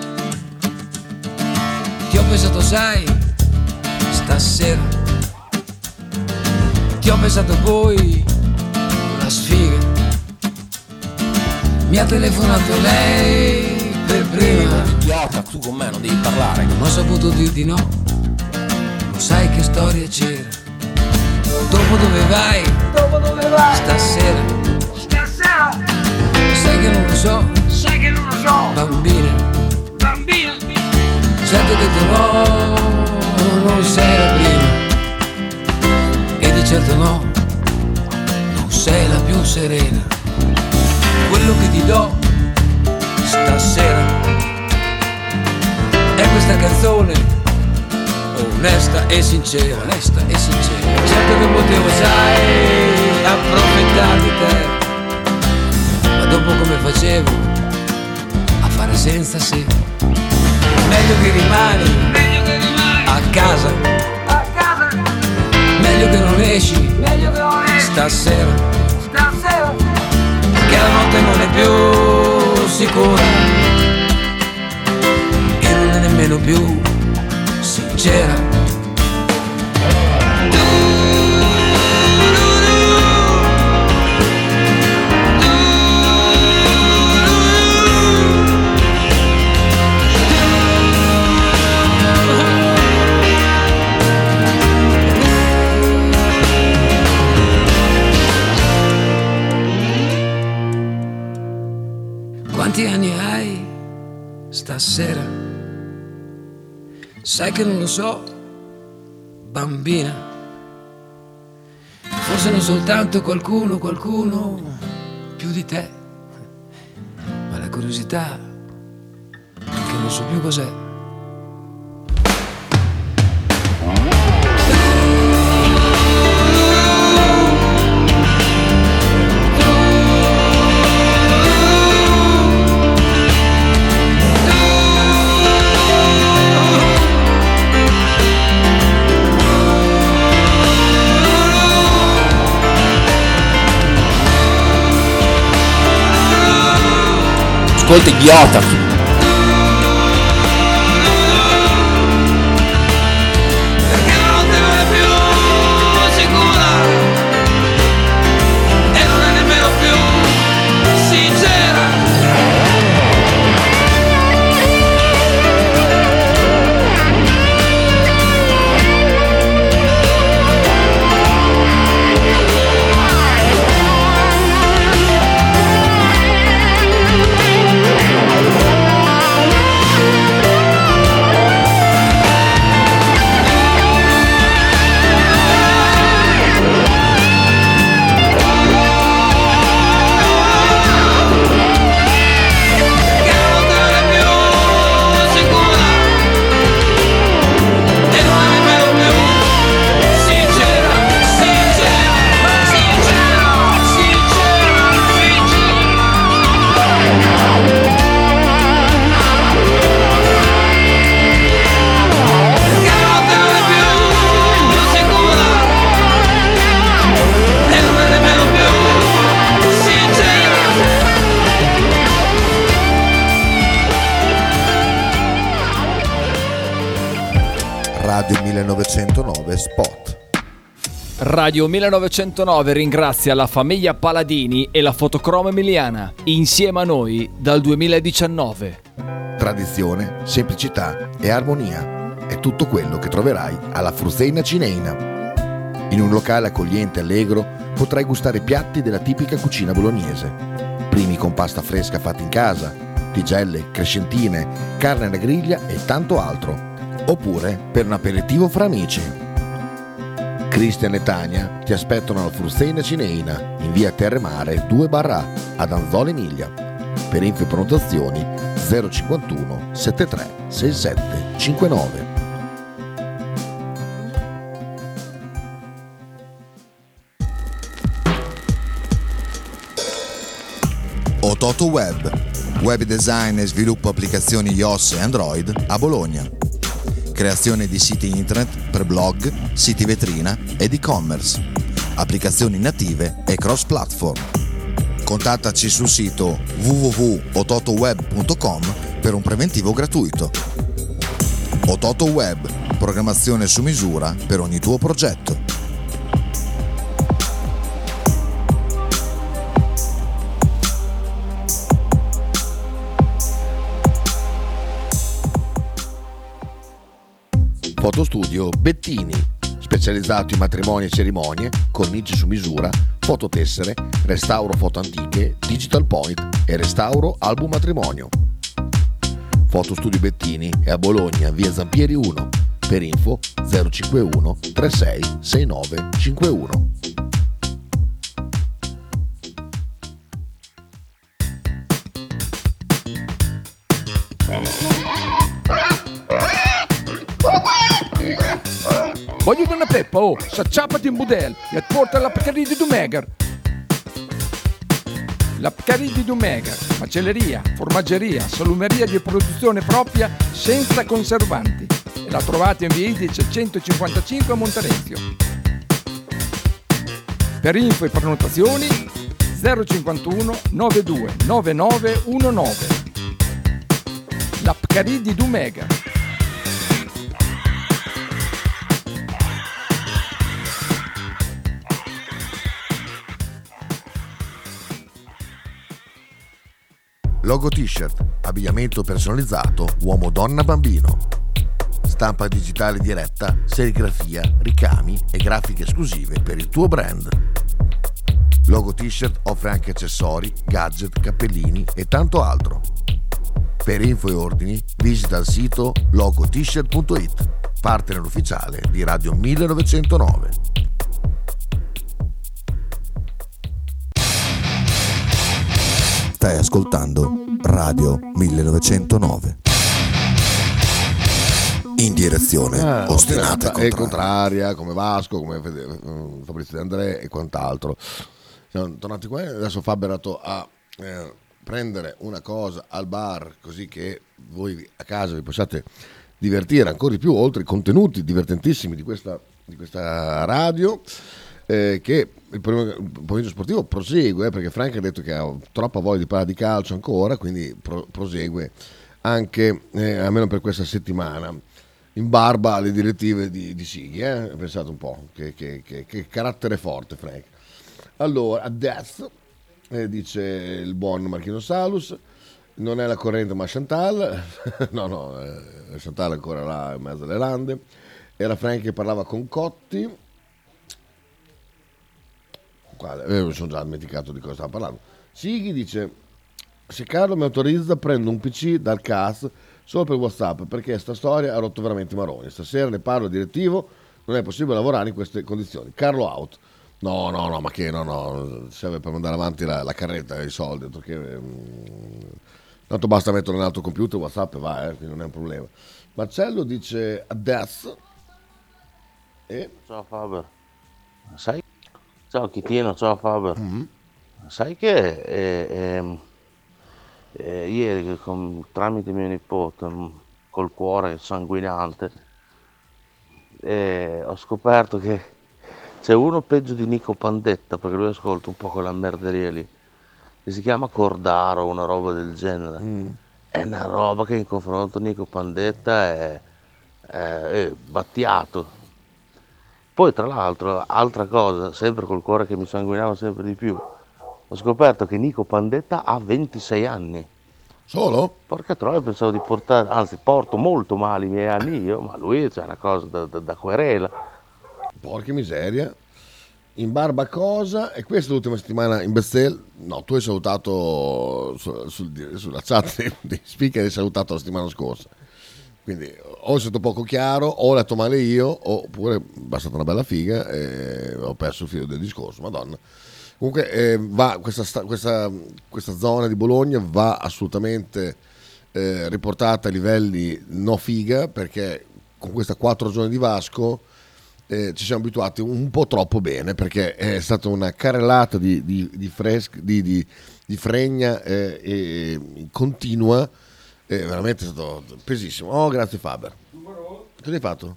Ti ho pensato, sai, stasera. Ti ho pensato poi, la sfiga. Mi ha telefonato lei per prima. Idiota, tu con me non devi parlare. Non ho saputo dirti no. Lo sai che storia c'era. Dopo dove vai? Stasera. Sai che non lo so. Bambina. Certo che detto no, non sei la prima. E di certo no, non sei la più serena. Quello che ti do stasera è questa canzone onesta e sincera. Certo che potevo, sai, approfittare di te, ma dopo come facevo a fare senza se. Meglio che rimani a casa, meglio che non esci stasera, che la notte non è più sicura e non è nemmeno più sincera. Quanti anni hai stasera? Sai che non lo so, bambina. Forse non soltanto qualcuno più di te, ma la curiosità che non so più cos'è. Ascolta, idiota. Perché la notte non è più sicura e non è nemmeno più sincera. 1909 Spot. Radio 1909 ringrazia la famiglia Paladini e la Fotocromo Emiliana, insieme a noi dal 2019. Tradizione, semplicità e armonia è tutto quello che troverai alla Fruzeina Cineina. In un locale accogliente e allegro potrai gustare piatti della tipica cucina bolognese. Primi con pasta fresca fatta in casa, tigelle, crescentine, carne alla griglia e tanto altro. Oppure per un aperitivo fra amici. Cristian e Tania ti aspettano alla Fruzeina Cineina in via Terremare 2/A ad Anzola Emilia. Per info e prenotazioni 051 73 67 59. Ototo Web, web design e sviluppo applicazioni iOS e Android a Bologna. Creazione di siti internet per blog, siti vetrina ed e-commerce, applicazioni native e cross-platform. Contattaci sul sito www.ototoweb.com per un preventivo gratuito. Ototo Web, programmazione su misura per ogni tuo progetto. Fotostudio Bettini, specializzato in matrimoni e cerimonie, cornici su misura, fototessere, restauro foto antiche, digital point e restauro album matrimonio. Fotostudio Bettini è a Bologna, via Zampieri 1. Per info 051 36 69 51. Voglio una peppa, oh, s'acciappati in budel e porta la Pcaridi di Dumegar. La Pcaridi di Dumegar, macelleria, formaggeria, salumeria di produzione propria senza conservanti. E la trovate in via Idice 155 a Monterezio. Per info e prenotazioni 051 92 9919. La Pcaridi di Dumegar. Logo t-shirt, abbigliamento personalizzato uomo, donna, bambino. Stampa digitale diretta, serigrafia, ricami e grafiche esclusive per il tuo brand. Logo t-shirt offre anche accessori, gadget, cappellini e tanto altro. Per info e ordini visita il sito logotshirt.it, partner ufficiale di Radio 1909. Stai ascoltando Radio 1909. In direzione ostinata e contraria, come Vasco, come Fabrizio De André e quant'altro. Siamo tornati qua e adesso Fabio è andato a prendere una cosa al bar, così che voi a casa vi possiate divertire ancora di più, oltre i contenuti divertentissimi di questa radio. Che il pomeriggio sportivo prosegue, perché Frank ha detto che ha troppa voglia di parlare di calcio ancora, quindi prosegue anche almeno per questa settimana, in barba alle direttive di Sighi. Pensate un po' che carattere forte Frank. Allora adesso dice il buon Marchino Salus, non è la corrente ma Chantal. no, Chantal è ancora là in mezzo alle lande. Era Frank che parlava con Cotti. Mi sono già dimenticato di cosa stava parlando. Sighi dice: se Carlo mi autorizza prendo un PC dal CAS solo per WhatsApp, perché sta storia ha rotto veramente i maroni. Stasera ne parlo direttivo, non è possibile lavorare in queste condizioni. Carlo out. No, ma che no, serve per mandare avanti la carretta, i soldi, perché tanto basta mettere un altro computer, WhatsApp e va, quindi non è un problema. Marcello dice adesso Ciao Faber, sai? Ciao Chitino, ciao Faber. Sai che ieri tramite mio nipote, col cuore sanguinante, ho scoperto che c'è uno peggio di Nico Pandetta, perché lui ascolta un po' quella merderia lì, che si chiama Cordaro, una roba del genere. È una roba che in confronto a Nico Pandetta è battiato. poi tra l'altro, altra cosa, sempre col cuore che mi sanguinava sempre di più, ho scoperto che Nico Pandetta ha 26 anni. Solo? Porca troia, pensavo di portare, anzi porto molto male i miei anni io, ma lui c'è una cosa da querela. Porca miseria. In barba cosa? E questa è l'ultima settimana in Bestel? No, tu hai salutato sulla chat dei speaker, hai salutato la settimana scorsa. Quindi o è stato poco chiaro, o ho letto male io, oppure è bastata una bella figa e ho perso il filo del discorso, madonna. Comunque questa zona di Bologna va assolutamente riportata a livelli no figa, perché con questa 4 giorni di Vasco ci siamo abituati un po' troppo bene, perché è stata una carrellata di fregna continua, veramente è stato pesissimo. Oh, grazie Faber. Cosa hai fatto?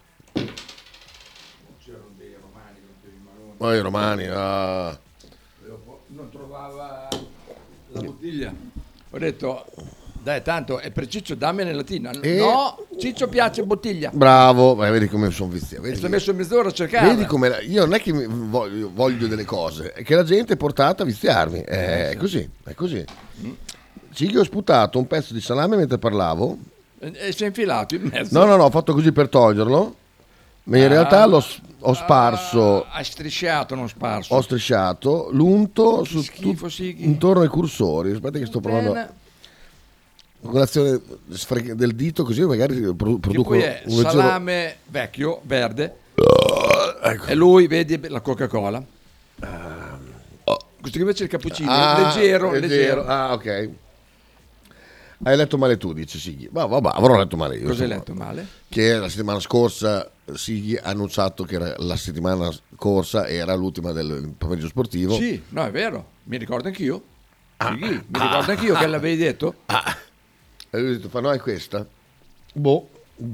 C'erano dei romani, Oh, i romani, ah. non trovava la bottiglia. Ho detto, dai, tanto è per Ciccio, dammi nella lattina. No, Ciccio piace bottiglia. Bravo, vedi come sono viziato. E ci ho messo mezz'ora a cercare. Vedi come io non è che voglio delle cose, è che la gente è portata a viziarmi. È così, è così. Sì, io ho sputato un pezzo di salame mentre parlavo. E si è infilato in mezzo. No, ho fatto così per toglierlo. Ma in realtà ho sparso. Hai strisciato, non sparso. Ho strisciato l'unto schifo, Sighi. intorno ai cursori. Aspetta che sto provando con l'azione del dito, così magari produco che poi è un leggero... salame vecchio, verde. Ecco. E lui, vedi, la Coca-Cola. Questo invece è il cappuccino, leggero. Ah, ok. Hai letto male tu, dice Sighi. Vabbè, avrò letto male io. Cosa hai letto male? Che la settimana scorsa Sighi ha annunciato che la settimana scorsa era l'ultima del pomeriggio sportivo. Sì, no, è vero, mi ricordo anch'io. Sighi, mi ricordo anch'io che l'avevi detto. E lui ha detto, no, è questa? Boh.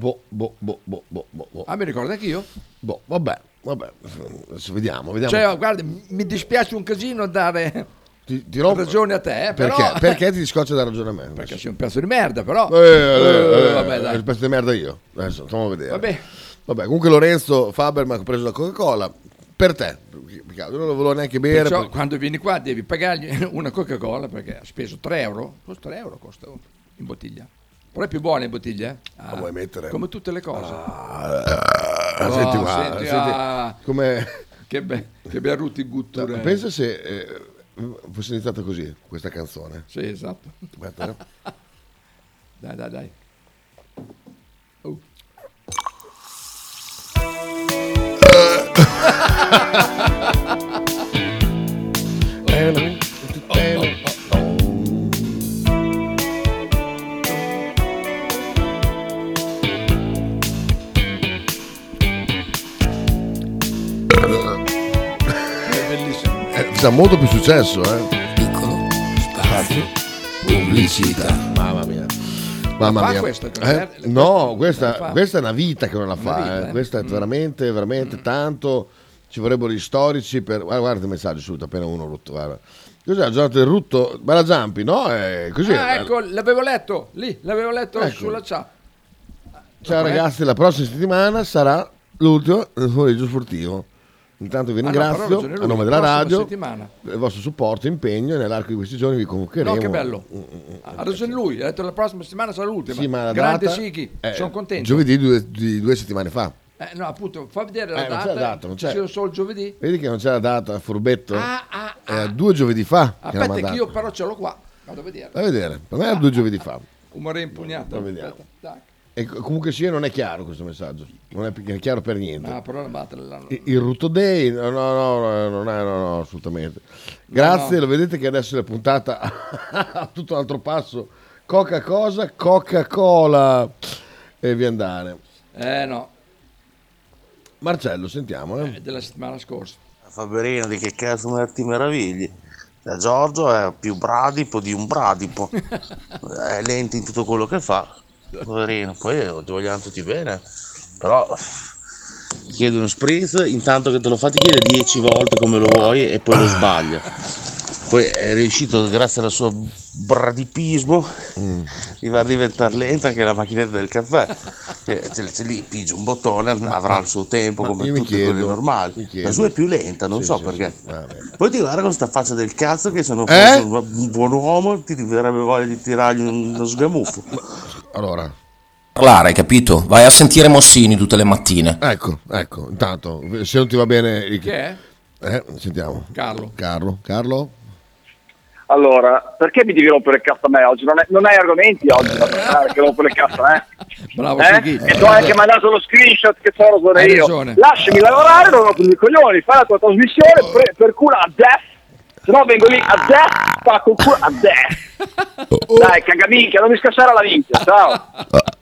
Ah, mi ricordo anch'io. Boh, vabbè. Adesso vediamo. Cioè, guarda, mi dispiace un casino dare... Ti rompo ragione a te, perché? Però... Perché ti scoccia da ragione a me? Perché sei un pezzo di merda, però. Vabbè, dai. Il pezzo di merda io. Adesso andiamo a vedere. Vabbè, comunque Lorenzo Faber mi ha preso la Coca-Cola per te. Io non lo volevo neanche bere. Perciò quando vieni qua devi pagargli una Coca-Cola perché ha speso 3 euro. Costa 3 euro in bottiglia. Però è più buona in bottiglia. Vuoi mettere? Come tutte le cose. Senti, come che berruti gutture. Pensa se fosse iniziata così questa canzone. Sì, esatto. Aspetta. Dai. Fa molto più successo, Piccolo spazio pubblicità. Mamma mia. Questo, no, questa è una vita che non la fa. Questa è veramente tanto. Ci vorrebbero gli storici per. Guarda il messaggio subito, appena uno rotto. Guarda. Cos'è la giornata del rutto? Bella Zampi, no? È così. Ecco, l'avevo letto ecco. Sulla chat. Ciao ragazzi, la prossima settimana sarà l'ultimo del pomeriggio sportivo. Intanto vi ringrazio a nome della radio per il vostro supporto e impegno, e nell'arco di questi giorni vi convocheremo. No, che bello. Ha ragione lui, ha detto la prossima settimana sarà l'ultima. Sì, ma la grande data Sighi, sono contento. Giovedì di 2 settimane fa. No, appunto, fa vedere la non data. c'è la data, non c'è. C'era solo il giovedì. Vedi che non c'è la data, furbetto? 2 giovedì fa. Aspetta che io però ce l'ho qua. Vado a vedere. Vai a vedere, per me era 2 giovedì fa. Umore impugnato. Vediamo. E comunque sia, non è chiaro questo messaggio, non è chiaro per niente. No, però la battere il Rutto Day, no, assolutamente. Grazie, no. Lo vedete che adesso la puntata ha tutto un altro passo. Coca-Cola e via andare. No. Marcello, sentiamo. Della settimana scorsa. Faberino, di che cazzo ti meravigli? Giorgio è più bradipo di un bradipo. È lento in tutto quello che fa. Poverino, poi ti vogliamo tutti bene, però ti chiede uno spritz, intanto che te lo fa ti chiede 10 volte come lo vuoi e poi lo sbaglia. Poi è riuscito, grazie al suo bradipismo, di far diventare lenta anche la macchinetta del caffè. Se lì pigia un bottone, avrà il suo tempo come io mi tutte quelle chiedo, normali. La sua è più lenta, non so perché. Vabbè. Poi ti guarda con sta faccia del cazzo che se non fosse un buon uomo ti verrebbe voglia di tirargli uno sgamuffo. Allora, Parlare, capito? Vai a sentire Mossini tutte le mattine. ecco, intanto, se non ti va bene... Che è? Sentiamo. Carlo. Allora, perché mi devi rompere il cazzo a me oggi? Non hai argomenti oggi che rompere il cazzo, Bravo, Sighi. E tu hai anche mandato lo screenshot che sono solo Hai io. ragione. Lasciami lavorare, non rompere i coglioni, fai la tua trasmissione, per culo a death. Se no vengo lì a death, spacco il culo a death. Dai, cagaminchia, non mi scassare la minchia, ciao.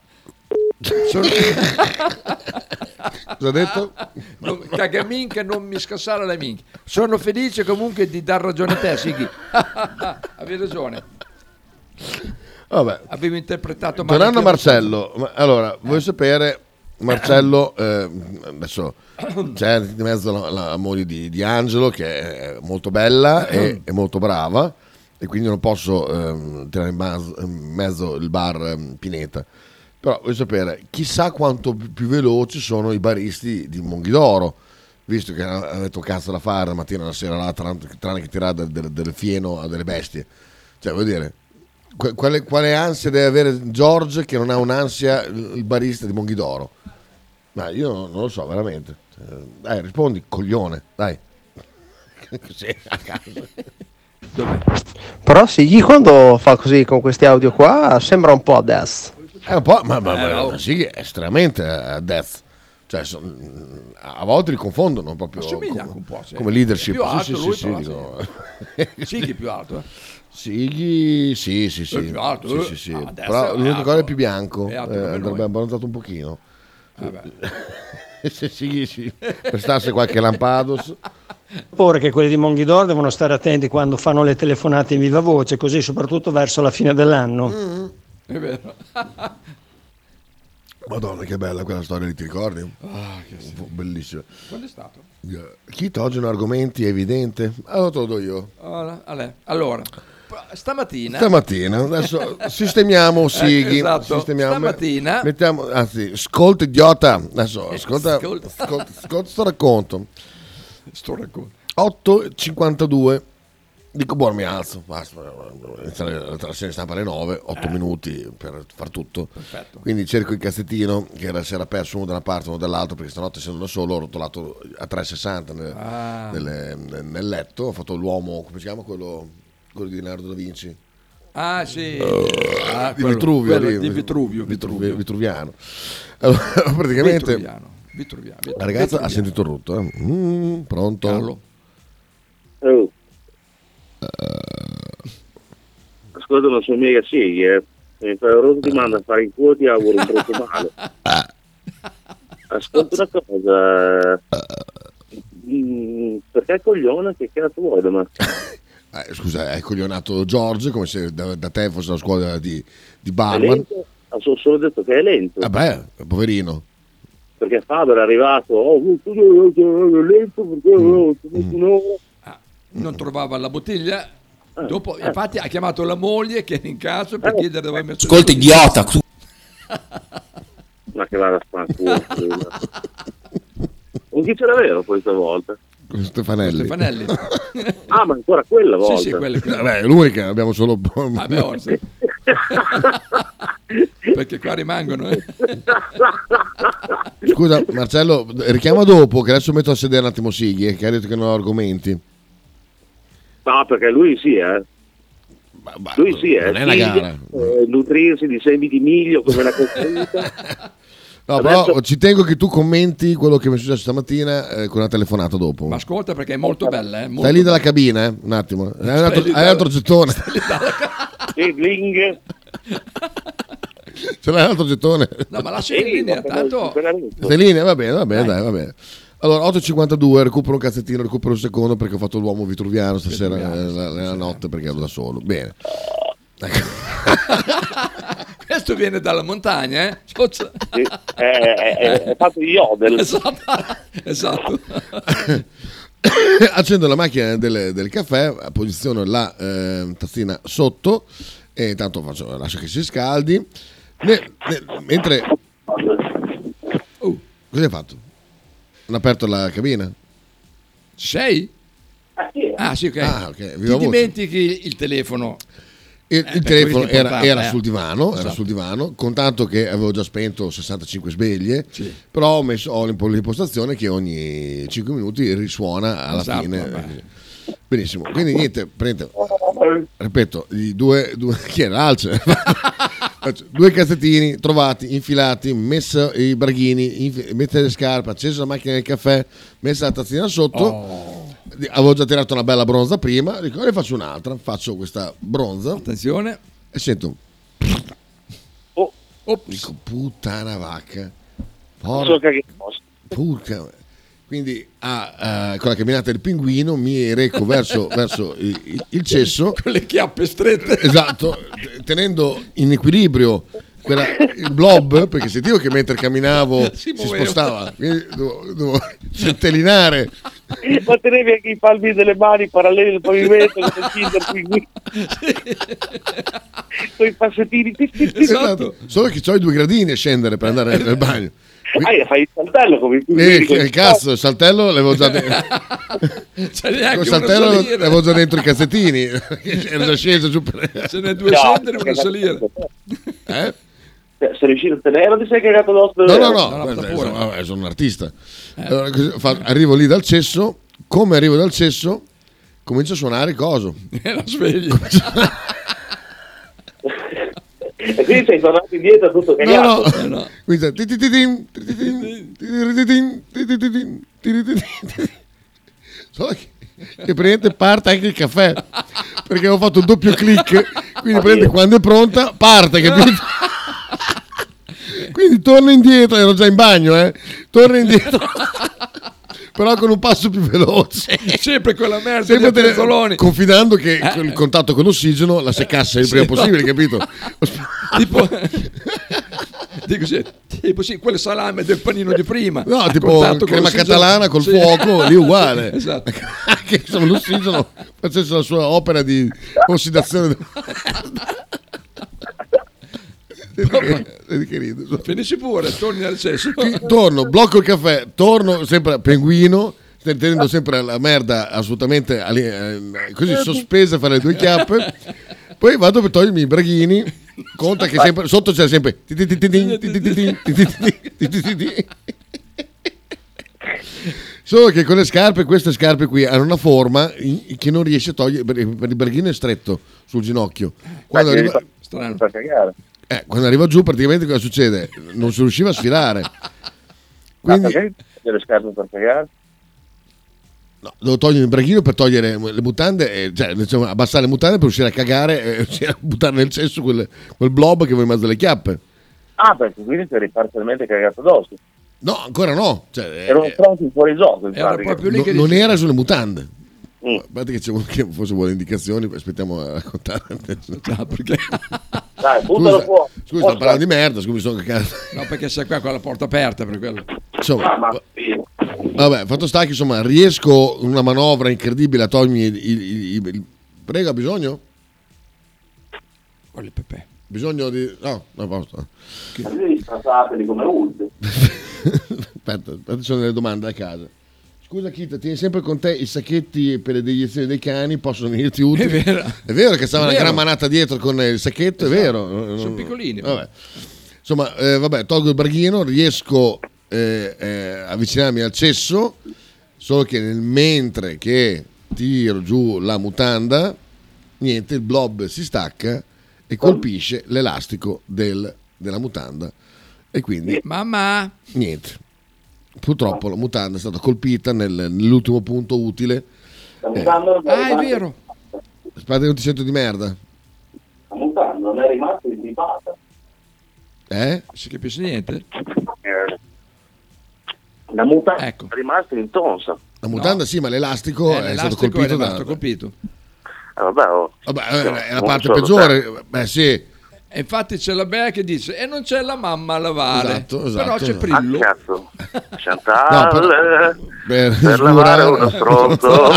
Cosa ha detto? Cagaminchia, non mi scassare la minchia. Sono felice comunque di dar ragione a te, Sighi. Avevi ragione. Vabbè. Avevo interpretato male. Tornando a Marcello, allora, vuoi sapere, Marcello, adesso c'è di mezzo la moglie di Angelo, che è molto bella e molto brava, e quindi non posso tirare in mezzo il bar Pineta. Però vuoi sapere, chissà quanto più veloci sono i baristi di Monghidoro, visto che avete un cazzo da fare la mattina e la sera là, tranne che tirare del fieno a delle bestie. Cioè, vuol dire, quale ansia deve avere George che non ha un'ansia il barista di Monghidoro? Ma io non lo so, veramente. Dai, rispondi, coglione, dai. Così, a caso. Però Sighi quando fa così con questi audio qua sembra un po' a death. È un po', ma sì, è estremamente a death. Cioè, a volte li confondono proprio un po', sì. come leadership. È più alto sì, lui, sì, però, dico. Sighi è più alto, Sighi, sì. È più alto, Sì. adesso Però è l'unico alto. cosa è più bianco. È alto come Andrebbe noi. abbronzato un pochino. Vabbè. Se Sighi si prestasse qualche lampados. Pure che quelli di Monghidoro devono stare attenti quando fanno le telefonate in viva voce, così soprattutto verso la fine dell'anno. È vero. Madonna, che bella quella storia lì, ti ricordi? Bellissima. Quando è stato? Chi oggi non argomenti è evidente? Allora te lo do io. Allora, stamattina Adesso sistemiamo Sighi. esatto. Sistemiamo, Stamattina mettiamo, anzi, ascolta idiota. Adesso ascolta sto racconto. 8:52. Dico, buono, mi alzo, basta, iniziare la sera stampa alle 9, 8 minuti per far tutto. Perfetto. Quindi cerco il cassettino che si era perso uno da una parte, uno dall'altra, perché stanotte essendo da solo ho rotolato a 360 nel letto. Ho fatto l'uomo, come si chiama quello di Leonardo da Vinci? Ah sì, Di Vitruvio, di Vitruvio. Vitruviano. Allora, praticamente Vitruviano. la ragazza ha sentito il rutto. Pronto? Carlo. Ascolta, non sono mica Sighi, mi fai un rotto, ti manda a fare in culo, ti auguro un brutto male. Ascolta una cosa, perché coglione, che cazzo vuoi da me? Scusa, hai coglionato George come se da te fosse la scuola di È barman. lento? Ha solo detto che è lento. Vabbè, poverino. Perché Faber è arrivato, è lento perché un'ora. Non trovava la bottiglia. Dopo, infatti, ha chiamato la moglie che è in casa per chiedere dove hai messo. Ascolta, idiota. Ma che vada a fanculo. Con chi ce l'aveva poi stavolta? Con Stefanelli. Ah, ma ancora quella volta? Sì, quella. Vabbè, l'unica, abbiamo solo... Vabbè, sì. Perché qua rimangono. Scusa, Marcello, richiama dopo, che adesso metto a sedere un attimo Sighi, che ha detto che non ho argomenti. No, perché lui sì, lui sì, non è una gara. Nutrirsi di semi di miglio come una costruita. No, Adesso... però ci tengo che tu commenti quello che mi è successo stamattina con una telefonata dopo. Ma ascolta, perché è molto bella. Molto Stai lì dalla cabina, un attimo. Hai un altro gettone. Ce l'hai un altro gettone? No, ma lascia in linea, tanto... Stai in linea? Va bene, dai, va bene. Allora, 8:52, recupero un cazzettino, recupero un secondo perché ho fatto l'uomo vitruviano stasera nella notte perché ero da solo. Bene. Questo viene dalla montagna, eh? È fatto di yodel. Esatto. accendo la macchina del caffè, posiziono la tazzina sotto e intanto lascio che si scaldi. Mentre... cosa hai fatto? Non ha aperto la cabina? Sei? Ah sì, ok. Ah, ok. Ti Viva voce. dimentichi il telefono. Il telefono questo è importante, era sul divano, Esatto. era sul divano, con tanto che avevo già spento 65 sveglie, però ho l'impostazione che ogni 5 minuti risuona alla Esatto, fine. vabbè. Benissimo, quindi niente, ripeto, i due chi era l'alce? Due cazzettini trovati, infilati, messo i braghini, mette le scarpe, acceso la macchina del caffè, messa la tazzina sotto. Avevo già tirato una bella bronza prima, dico, ne faccio un'altra, faccio questa bronza. Attenzione. E sento. Dico, puttana vacca. Porca. Quindi con la camminata del pinguino mi reco verso il cesso. Con le chiappe strette. Esatto, tenendo in equilibrio il blob, perché sentivo che mentre camminavo si spostava, quindi dovevo centellinare. Ma tenevi anche i palmi delle mani paralleli al pavimento con i passettini. Esatto. Solo che ho i 2 gradini a scendere per andare nel bagno. Fai il saltello come il cazzo, il saltello l'avevo già dentro. Il saltello l'avevo già dentro i cazzettini. Era già sceso giù per... Ce n'è 2 scendere e 1 salire. Sei riuscito a tenere o ti sei cagato l'osso? No, sono un artista. Allora, arrivo lì dal cesso, come arrivo dal cesso comincio a suonare coso. La sveglia. E quindi sei tornato indietro tutto cagato. No. Solo che prende parte anche il caffè, perché avevo fatto un doppio click, quindi prende quando è pronta parte, capito? Quindi torno indietro, ero già in bagno, torno indietro. Però con un passo più veloce, sempre quella merda degli penzoloni, confidando che il contatto con l'ossigeno la seccasse il prima possibile, capito? Tipo dico sì, quelle salame del panino di prima, no, tipo crema catalana col fuoco, lì uguale. Esatto. Che insomma l'ossigeno facesse la sua opera di ossidazione. Che rido. Finisci pure, torni al cesso. Torno, blocco il caffè, torno sempre a pinguino, tenendo sempre la merda assolutamente così sospesa fra le 2 chiappe. Poi vado per togliermi i braghini. Conta che sempre sotto c'è sempre solo che con le scarpe, queste scarpe qui hanno una forma che non riesce a togliere, per il braghino è stretto sul ginocchio. Quando arriva, per cagare. Quando arriva giù praticamente cosa succede? Non si riusciva a sfilare. Quindi le scarpe per cagare? No, devo togliere il braghino per togliere le mutande, cioè diciamo, abbassare le mutande per riuscire a cagare e buttare nel cesso quel blob che vuoi in mezzo alle chiappe. Ah, perché quindi ti eri parzialmente cagato addosso. No, ancora no. Erano pronti fuori gioco. Non era sulle mutande. Guardate che c'è uno che forse vuole indicazioni, aspettiamo a raccontare. Perché? Dai, buttalo fuori. Scusa, sto parlando di merda, scusa, mi sono cagato. No, perché sei qua con la porta aperta per quello. Insomma, vabbè, fatto sta che insomma riesco una manovra incredibile a togliermi il prego, ha bisogno? Quale Pepe? Bisogno di... No, basta. Passateli come ultimi. Aspetta, ci sono delle domande a casa. Scusa Kita, tieni sempre con te i sacchetti per le deiezioni dei cani, possono venirti utili? È vero che stava una gran manata dietro con il sacchetto, esatto. È vero. Sono piccolini. Vabbè. Insomma, tolgo il braghino, riesco a avvicinarmi al cesso, solo che mentre che tiro giù la mutanda, niente, il blob si stacca e colpisce l'elastico della mutanda e quindi mamma niente. Purtroppo la mutanda è stata colpita nell'ultimo punto utile. È vero. Aspetta, non ti sento di merda. La mutanda non è rimasta inzipata. Non si capisce niente. La mutanda è rimasta intonsa. La mutanda sì, ma l'elastico è stato colpito colpito. Vabbè, è la parte peggiore. Beh sì. E infatti c'è la Bea che dice: e non c'è la mamma a lavare. Esatto, Però c'è esatto. Prillo. Cazzo. Chantal, per lavare sburare- uno stronzo.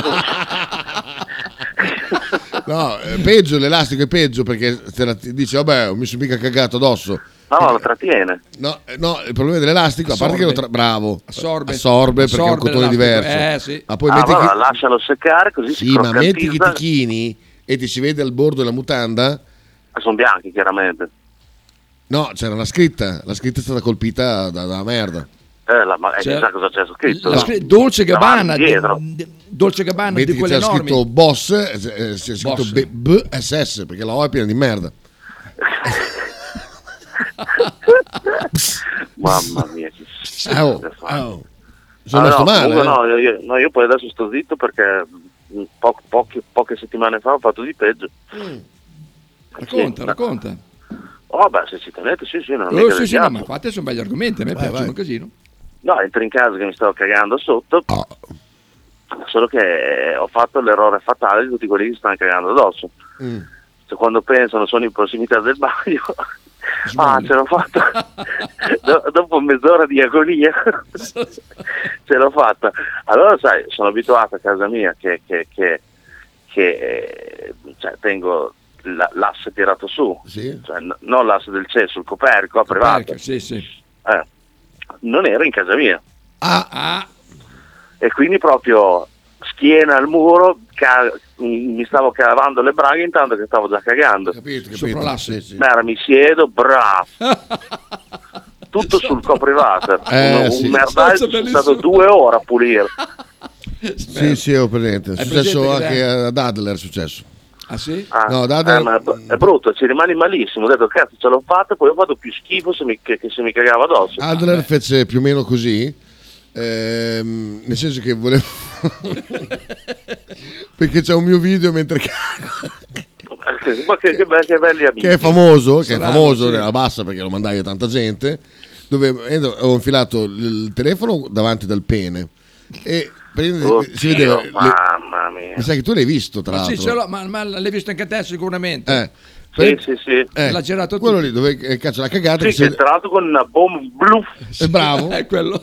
No, peggio, l'elastico è peggio perché te la dice vabbè, non mi sono mica cagato addosso. No, lo trattiene. No, il problema dell'elastico, a parte che bravo, Assorbe perché è un cotone l'elastico. diverso. Sì. Ma poi metti allora, lascialo seccare così sì, si ma metti i croccantizza. chitichini e ti si vede al bordo della mutanda. Sono bianchi, chiaramente. No, c'era la scritta è stata colpita dalla merda. Chissà cosa c'è scritto. Dolce Gabbana, Davanti, dietro. Dolce Gabbana Metti di che quelle c'è enormi. scritto boss, c'è scritto Boss. BSS perché la O è piena di merda. Mamma mia, che Sono rimasto male. comunque io poi adesso sto zitto perché poche settimane fa ho fatto di peggio. Racconta. Oh, beh, se ci tenete, sì, non è mica del Sì, no, diavolo. ma infatti sono begli argomenti, a me piacciono un casino. No, entro in casa che mi stavo cagando sotto, solo che ho fatto l'errore fatale di tutti quelli che si stanno cagando addosso. Cioè, quando pensano sono in prossimità del bagno, ce l'ho fatta. Dopo mezz'ora di agonia ce l'ho fatta. Allora sai, sono abituato a casa mia che cioè, tengo l'asse tirato su, cioè, non l'asse del cesso, il coperco a privato. Sì. Non ero in casa mia. E quindi proprio schiena al muro, mi stavo cavando le braghe intanto che stavo già cagando. Capito. Sopra l'asse. Beh, mi siedo, bravo. Tutto sul coprivato. Un merdaio, sono stato 2 ore a pulire. Sì, ho presente. È successo presente anche ad Adler, è successo. Ah sì? No, Adler... ma è brutto, ci rimani malissimo. Ho detto cazzo ce l'ho fatta, poi ho fatto più schifo che se mi cagava addosso. Adler fece più o meno così, nel senso che volevo... perché c'è un mio video mentre cago. Ma che belli amici. Che è famoso Sì. nella bassa perché lo mandai a tanta gente, dove ho infilato il telefono davanti dal pene e si vedeva mamma mia. mi sa che tu l'hai visto tra Ma l'altro. sì, ma l'hai visto anche te sicuramente. Sì. L'ha girato quello tutto. lì dove cazzo la cagata Sì, che è entrato con una bomba blu. è bravo. È quello.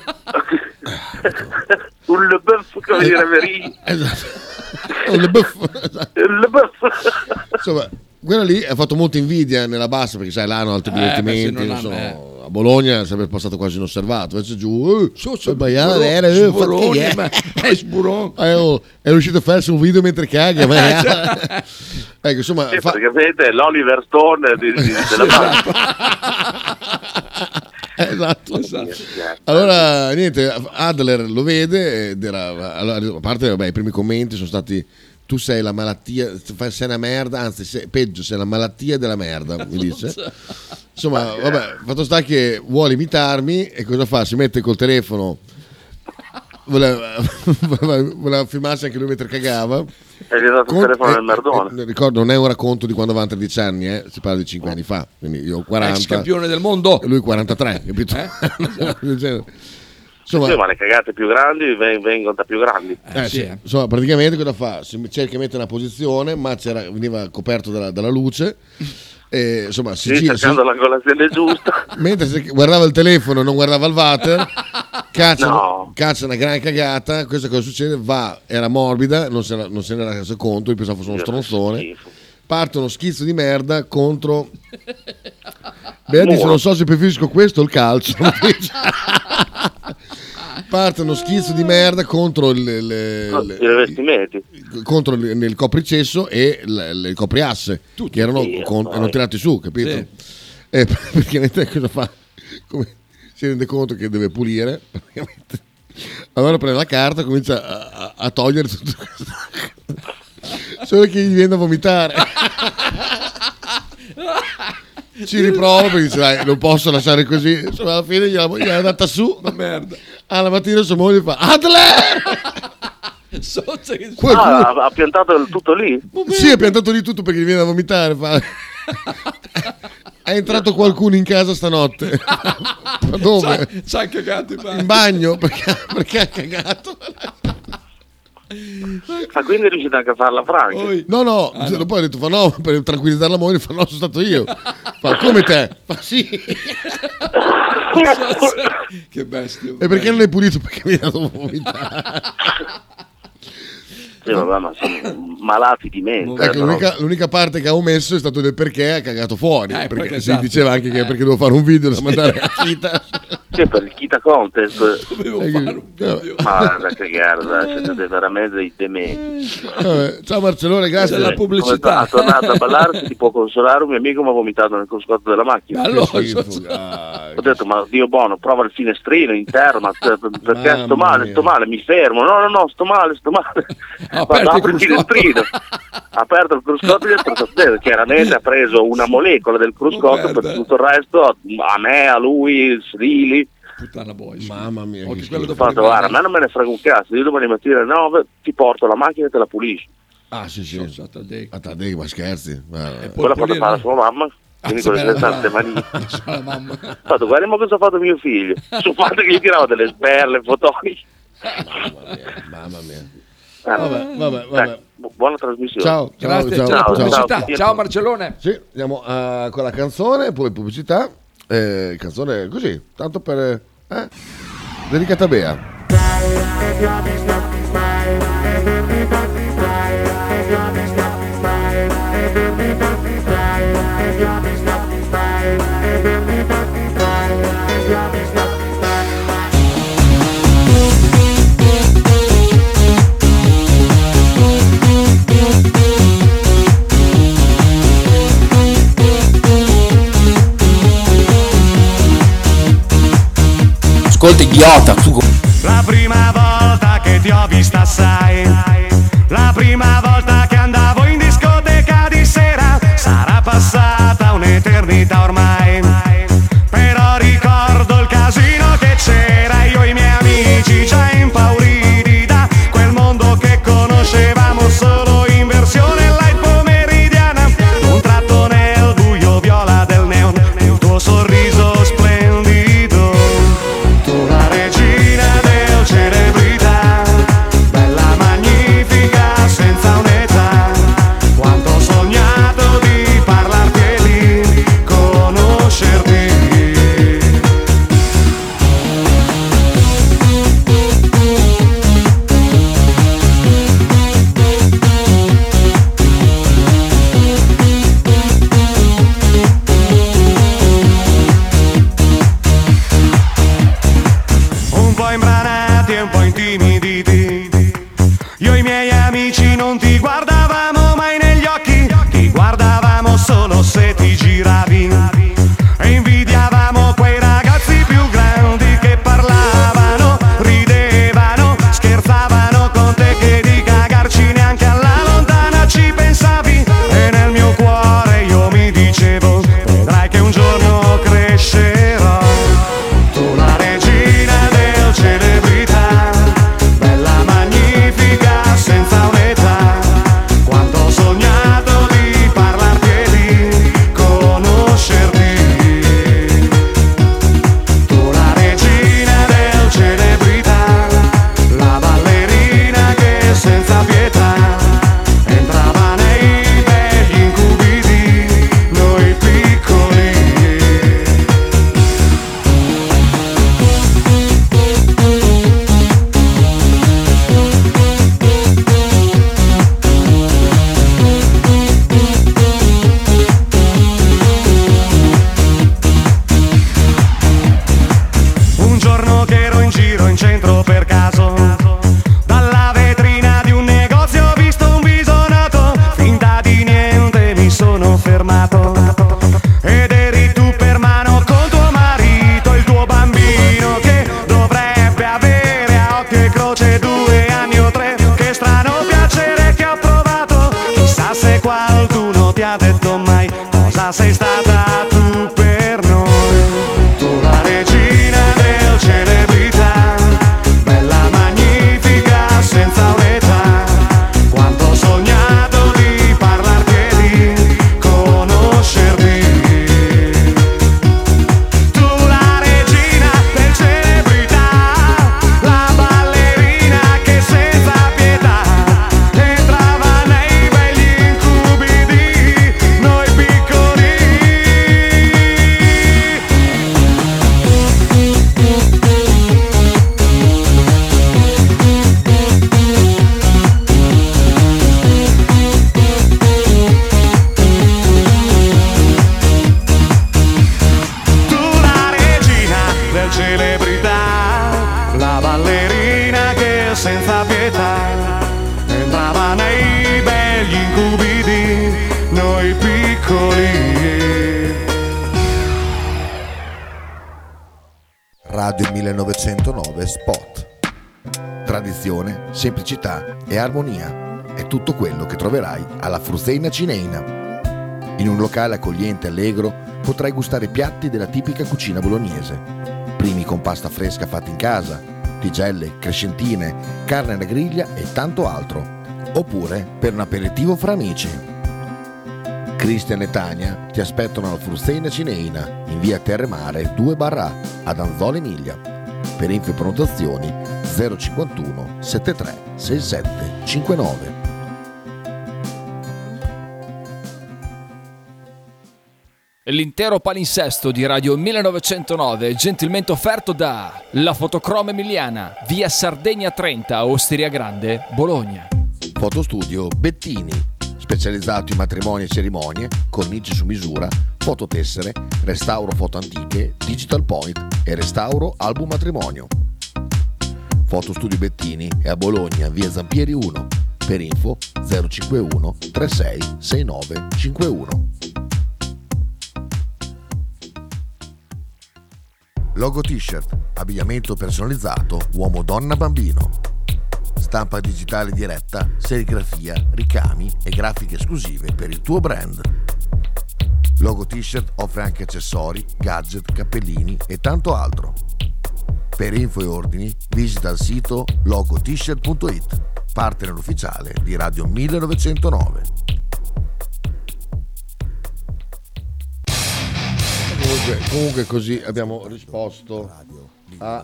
Un le buff, come dire Verini. Esatto. Un le buff. Insomma, quello lì ha fatto molta invidia nella bassa perché sai là hanno altri divertimenti, beh, sì, non sono- a Bologna sarebbe passato quasi inosservato, invece giù sburone, ma è sburone. è riuscito a farsi un video mentre caga ecco insomma Sì, praticamente è l'Oliver Stone della bassa. esatto. Allora niente, Adler lo vede ed era, allora, a parte vabbè, i primi commenti sono stati: tu sei la malattia, sei una merda, anzi peggio, sei la malattia della merda, mi dice. Insomma, vabbè, fatto sta che vuole imitarmi e cosa fa? Si mette col telefono, voleva filmarsi anche lui mentre cagava. E gli ha dato il telefono del merdone. Ricordo, non è un racconto di quando aveva 13 anni, si parla di 5 anni fa, quindi io ho 40. Ex campione del mondo. E lui 43, capito? Insomma, Sì, ma le cagate più grandi vengono da più grandi. Insomma, praticamente cosa fa? Si cerca di mettere una posizione, ma veniva coperto dalla luce. E, insomma, si Sì, gira, cercando l'angolazione giusta. mentre guardava il telefono, non guardava il water, caccia una gran cagata. Questa cosa succede? Era morbida, non se ne era reso conto, io pensavo fosse uno stronzone. Parte uno schizzo di merda contro. Bea dice: non so se preferisco questo o il calcio. Parte uno schizzo di merda contro I rivestimenti. contro il copricesso e il copriasse che erano tirati su, capito? Sì. E praticamente cosa fa? Si rende conto che deve pulire, praticamente. Allora prende la carta e comincia a togliere tutto questo. Solo che gli viene da vomitare. Ci riprova perché dice: dai, non posso lasciare così. Insomma, alla fine gliel'ha data su. Ma merda. Alla mattina sua moglie fa: Adler! Ha piantato tutto lì? Sì, ha piantato lì tutto perché gli viene da vomitare. È entrato qualcuno in casa stanotte. Ma dove? C'ha cagato in bagno perché ha cagato. Ma quindi è riuscito anche a farla franca? No, poi ha detto: fa no, per tranquillizzare la moglie, fa no, sono stato io. Fa come te. Fa sì. Che bestia. E perché non l'hai pulito? Perché mi hai dato vomitare. Sì, vabbè, ma sono malati di mente. Ecco, l'unica parte che ha omesso è stato del perché ha cagato fuori. Perché si esatto. diceva anche che perché devo fare un video da mandare a Kita. Sì, per il Kita Contest. Dovevo fare un video. Ma da cagare, dai, siete veramente dei dementi. Ciao Marcellone, grazie. C'è la pubblicità. Ha tornato a ballare, se ti può consolare, un mio amico mi ha vomitato nel cruscotto della macchina. Allora, ho detto, ma Dio buono, prova il finestrino interno, ma perché sto male, mi fermo. No, sto male. Apre il finestrino, ha aperto il cruscotto e gli ha preso, chiaramente ha preso una molecola del cruscotto, per tutto il resto, a me, a lui, Lili. Puttana boys. Mamma mia. Ho fatto, guarda, a me non me ne frega un cazzo, io domani mattina 9 ti porto la macchina e te la pulisci. Ah sì. A Tadei, ma scherzi. Poi l'ha fatta fare a sua mamma. Quindi con le tante manine. Ho fatto, guarda cosa ha fatto mio figlio. Sul fatto che gli tirava delle sperle, fotoni. Mamma mia. Vabbè. Buona trasmissione. Ciao. Grazie, c'è la pubblicità. Ciao Marcellone. Sì, andiamo con la canzone, poi pubblicità. Canzone così, tanto per dedicata a Bea. Ascolta idiota, tu. La prima volta che ti ho vista, sai, la prima volta che andavo in discoteca di sera, sarà passata un'eternità ormai, però ricordo il casino che c'era, io e i miei amici già impauriti da quel mondo che conoscevamo solo in versione light pomeridiana, un tratto nel buio viola del neon, il tuo sorriso splendido, tu la regina del celebrità, bella magnifica senza un'età, quanto ho sognato di parlarti e di conoscerti. Un po' imbranati e un po' intimiditi, io e i miei amici non ti guardavamo mai negli occhi, ti guardavamo solo se ti giravi e invidiavamo quei ragazzi più grandi che parlavano, ridevano, scherzavano con te, che di cagarci neanche alla lontana ci pensavi, e nel mio cuore io mi dicevo, vedrai che un giorno crescerò, tu la regina del celebrità, bella magnifica senza un'età, quanto ho sognato di parlarti e di conoscerti, tu la regina del celebrità, la ballerina che senza pietà entrava nei begli incubi di noi piccoli. Un giorno che ero in giro in centro per caso, dalla vetrina di un negozio ho visto un viso noto, finta di niente mi sono fermato, ed eri tu per mano con tuo marito, il tuo bambino che dovrebbe avere a occhio e croce 2 anni o 3, che strano piacere che ho provato, chissà se qualcuno ti ha detto mai cosa sei stata tu per noi, tu la regina del celebrità, bella magnifica senza un'età, quanto ho sognato di parlarti e di conoscerti, tu la regina del celebrità, la ballerina che senza pietà entrava nei begli incubi di noi piccoli. 1909 Spot. Tradizione, semplicità e armonia è tutto quello che troverai alla Fruzeina Cineina. In un locale accogliente e allegro potrai gustare piatti della tipica cucina bolognese. Primi con pasta fresca fatta in casa, tigelle, crescentine, carne alla griglia e tanto altro. Oppure per un aperitivo fra amici. Cristian e Tania ti aspettano alla Fruzeina Cineina in via Terremare 2/A ad Anzola Emilia. Per info e prenotazioni 051 73 67 59. L'intero palinsesto di Radio 1909 gentilmente offerto da La Fotocroma Emiliana, via Sardegna 30, Osteria Grande, Bologna. Fotostudio Bettini, specializzato in matrimoni e cerimonie, cornici su misura, fototessere, restauro foto antiche, digital point e restauro album matrimonio. Fotostudio Bettini è a Bologna, via Zampieri 1. Per info 051 36 69 51. Logo T-shirt, abbigliamento personalizzato uomo, donna, bambino. Stampa digitale diretta, serigrafia, ricami e grafiche esclusive per il tuo brand. Logo T-shirt offre anche accessori, gadget, cappellini e tanto altro. Per info e ordini visita il sito logotshirt.it, partner ufficiale di Radio 1909. Comunque così abbiamo risposto a...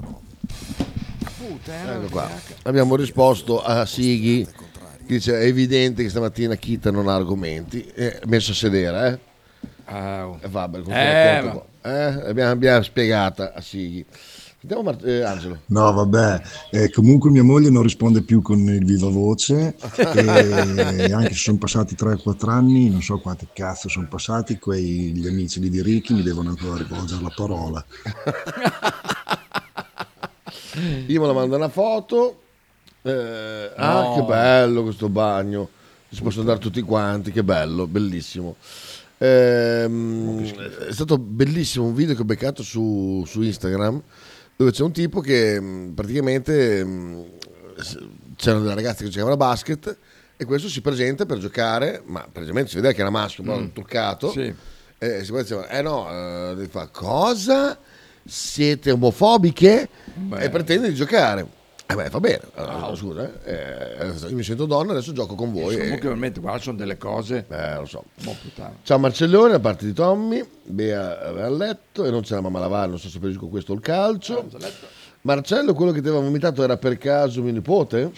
Ecco qua. Abbiamo risposto a Sighi che dice: è evidente che stamattina Kita non ha argomenti. È messo a sedere, vabbè, abbiamo spiegata a Sighi. Sentiamo Angelo. No, vabbè, comunque mia moglie non risponde più con il viva voce e anche se sono passati 3-4 anni, non so quanti cazzo sono passati, gli amici lì di Ricky mi devono ancora rivolgere la parola. Io me la mando una foto. Ah, che bello questo bagno. Si possono andare tutti quanti, che bello, bellissimo. È stato bellissimo un video che ho beccato su Instagram, dove c'è un tipo che praticamente c'erano delle ragazze che giocavano a basket e questo si presenta per giocare, ma praticamente si vedeva che era maschio, un po' truccato. Sì. E si diceva, fa cosa? Siete omofobiche? Beh. E pretende di giocare. Va bene, scusa, io mi sento donna, adesso gioco con voi. Comunque veramente qua sono delle cose. Lo so. Puttana. Ciao Marcellone, da parte di Tommy. Bea aveva letto e non c'è la mamma lavare, non so se preferisco questo o il calcio. Marcello, quello che ti aveva vomitato era per caso mio nipote?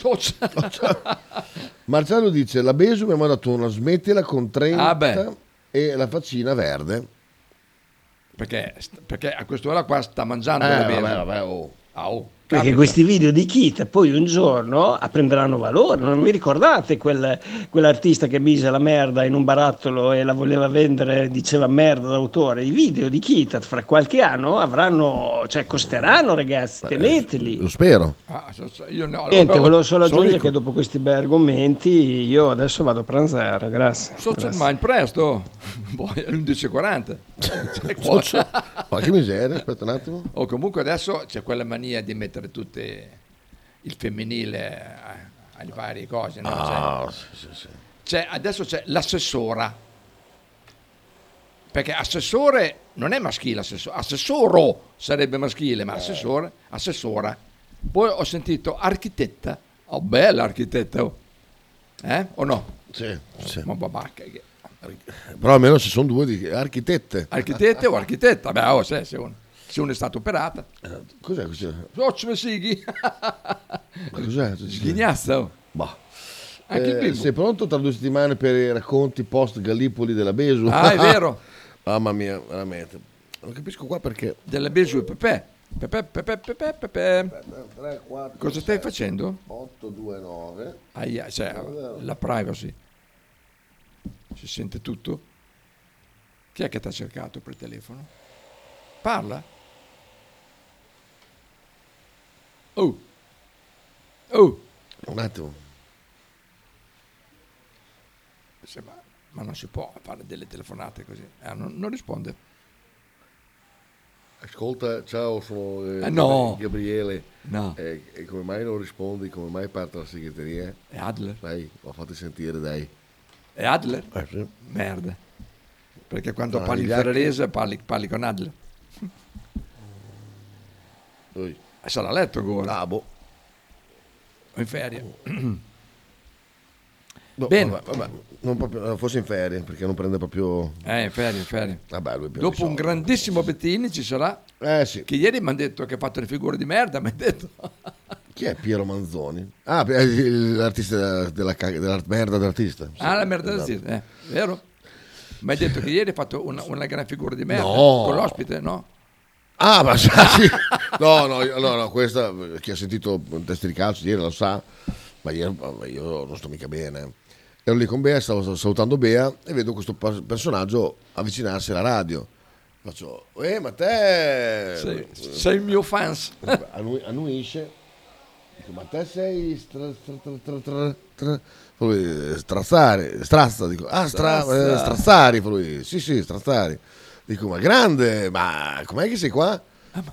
Marcello dice: la Besu mi ha mandato una smettila con 30 e la faccina verde. Perché a quest'ora qua sta mangiando la Besu. Vabbè. Perché questi video di Kita poi un giorno prenderanno valore. Non vi ricordate quell'artista che mise la merda in un barattolo e la voleva vendere, diceva merda d'autore? I video di Kita fra qualche anno costeranno, ragazzi, teneteli. Lo spero. Io no, Niente, volevo solo aggiungere che dopo questi bei argomenti io adesso vado a pranzare, grazie. Social Mind presto, poi alle 11:40. Qualche miseria, aspetta un attimo. O comunque adesso c'è quella mania di mettere tutte il femminile alle varie cose, no? Sì. Adesso c'è l'assessora, perché assessore non è maschile, assessoro sarebbe maschile, ma assessora. Poi ho sentito architetta, bella architetta, o no? Sì. Ma babacca. Però almeno se sono due di architette. Architette o architetta, se uno è stato operata. Cos'è questo? Sighi. Cos'è? Sghignazza. Sei pronto tra 2 settimane per i racconti post Gallipoli della Besu? È vero. Mamma mia, veramente. Non capisco qua perché. Della Besu e Pepe. 3, 4, cosa stai facendo? 8, 2, 9. La privacy. Si sente tutto? Chi è che ti ha cercato per telefono? Parla? Un attimo. Ma non si può fare delle telefonate così. Non risponde. Ascolta, ciao, sono no. Gabriele. No. E come mai non rispondi? Come mai parte la segreteria? È Adler. Dai, l'ho fatto sentire, dai. È Adler? Sì. Merda. Perché quando No, parli gli in ferrarese parli con Adler. Sarà a letto ora. Ah, boh. O in ferie. No, Bene. vabbè, non proprio, forse in ferie, perché non prende proprio... In ferie. Vabbè, lui Dopo un grandissimo Bettini ci sarà. Sì. Che ieri mi hanno detto che ha fatto le figure di merda. Mi ha detto. Chi è Piero Manzoni? Ah, l'artista della merda d'artista. Sì, La merda esatto. d'artista, vero? Mi ha detto che ieri ha fatto una gran figura di merda. No. Con l'ospite, no? Ah, ma sì. No, questa, chi ha sentito un test di calcio ieri lo sa, ma io non sto mica bene. Ero lì con Bea, stavo salutando Bea e vedo questo personaggio avvicinarsi alla radio. Faccio, ma te... Sei il mio fans. Annuisce. Dico, ma te sei Strazza, dico, Strazzari, fa lui, sì, Strazzari. Dico, ma grande, ma com'è che sei qua?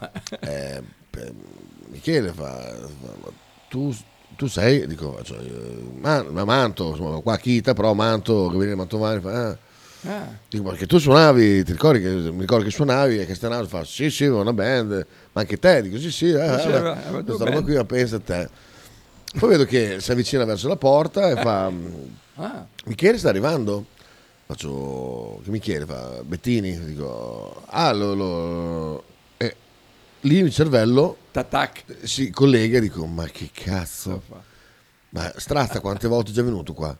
Michele fa, tu sei? Dico, cioè, ma Manto, insomma, qua Chita, però Manto, Gabriele Mantovani, fa, dico, ma che tu suonavi, mi ricordo che suonavi e che Castellano fa, sì, una band, ma anche te? Dico, sì, questa roba qui, ma pensa a te. Poi vedo che si avvicina verso la porta e fa, Michele sta arrivando? Faccio, che Michele fa, Bettini? Dico, lì il cervello si collega e dico, ma che cazzo? Ma Strazza quante volte è già venuto qua?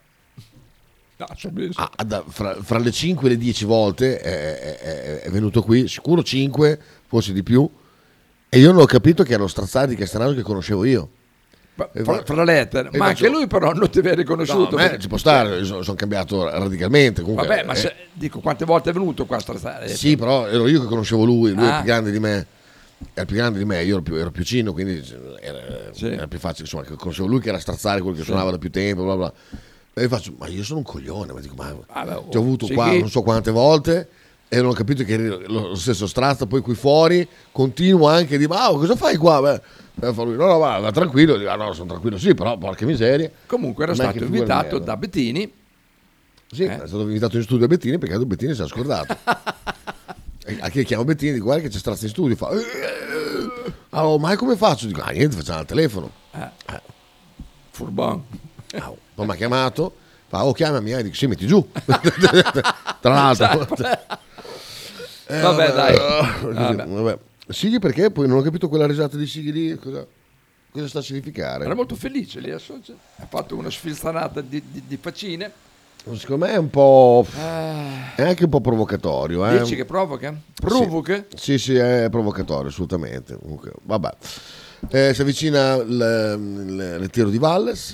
Fra le 5 e le 10 volte è venuto qui, sicuro 5, forse di più, e io non ho capito che era lo Strazzari di Castellano che conoscevo io. Fra lettere, ma anche lui però non ti aveva riconosciuto. No, ci può stare, sono cambiato radicalmente. Comunque, vabbè, ma dico, quante volte è venuto qua Strazzari? Sì, però ero io che conoscevo lui è più grande di me. Era più grande di me, io ero più cino, quindi era più facile, insomma, che conoscevo lui che era Strazzari, quello che suonava da più tempo, bla bla. E faccio, ma io sono un coglione, ma dico, ti ho avuto qua non so quante volte e non ho capito che eri lo stesso Strazza, poi qui fuori continuo anche di, ma cosa fai qua? Fa lui, no, va tranquillo, dico, no, sono tranquillo, sì, però porca miseria. Comunque era stato invitato da Bettini. Sì, è stato invitato in studio a Bettini perché Bettini si era scordato. A chi chiamo Bettini, dico, guarda che c'è Strazza in studio, fa, ma come faccio? Dico, niente, facciamo al telefono. Furbon. Poi mi ha chiamato, fa, chiamami, dico, sì, metti giù. Tra l'altro. Vabbè, dai. Vabbè. Sighi perché? Poi non ho capito quella risata di Sighi lì, cosa sta a significare? Era molto felice lì, ha fatto una sfilzanata di faccine. Secondo me è un po'... è anche un po' provocatorio. Dici che provoca? Provoca? Sì, è provocatorio, assolutamente. Comunque, vabbè. Si avvicina il ritiro di Valles.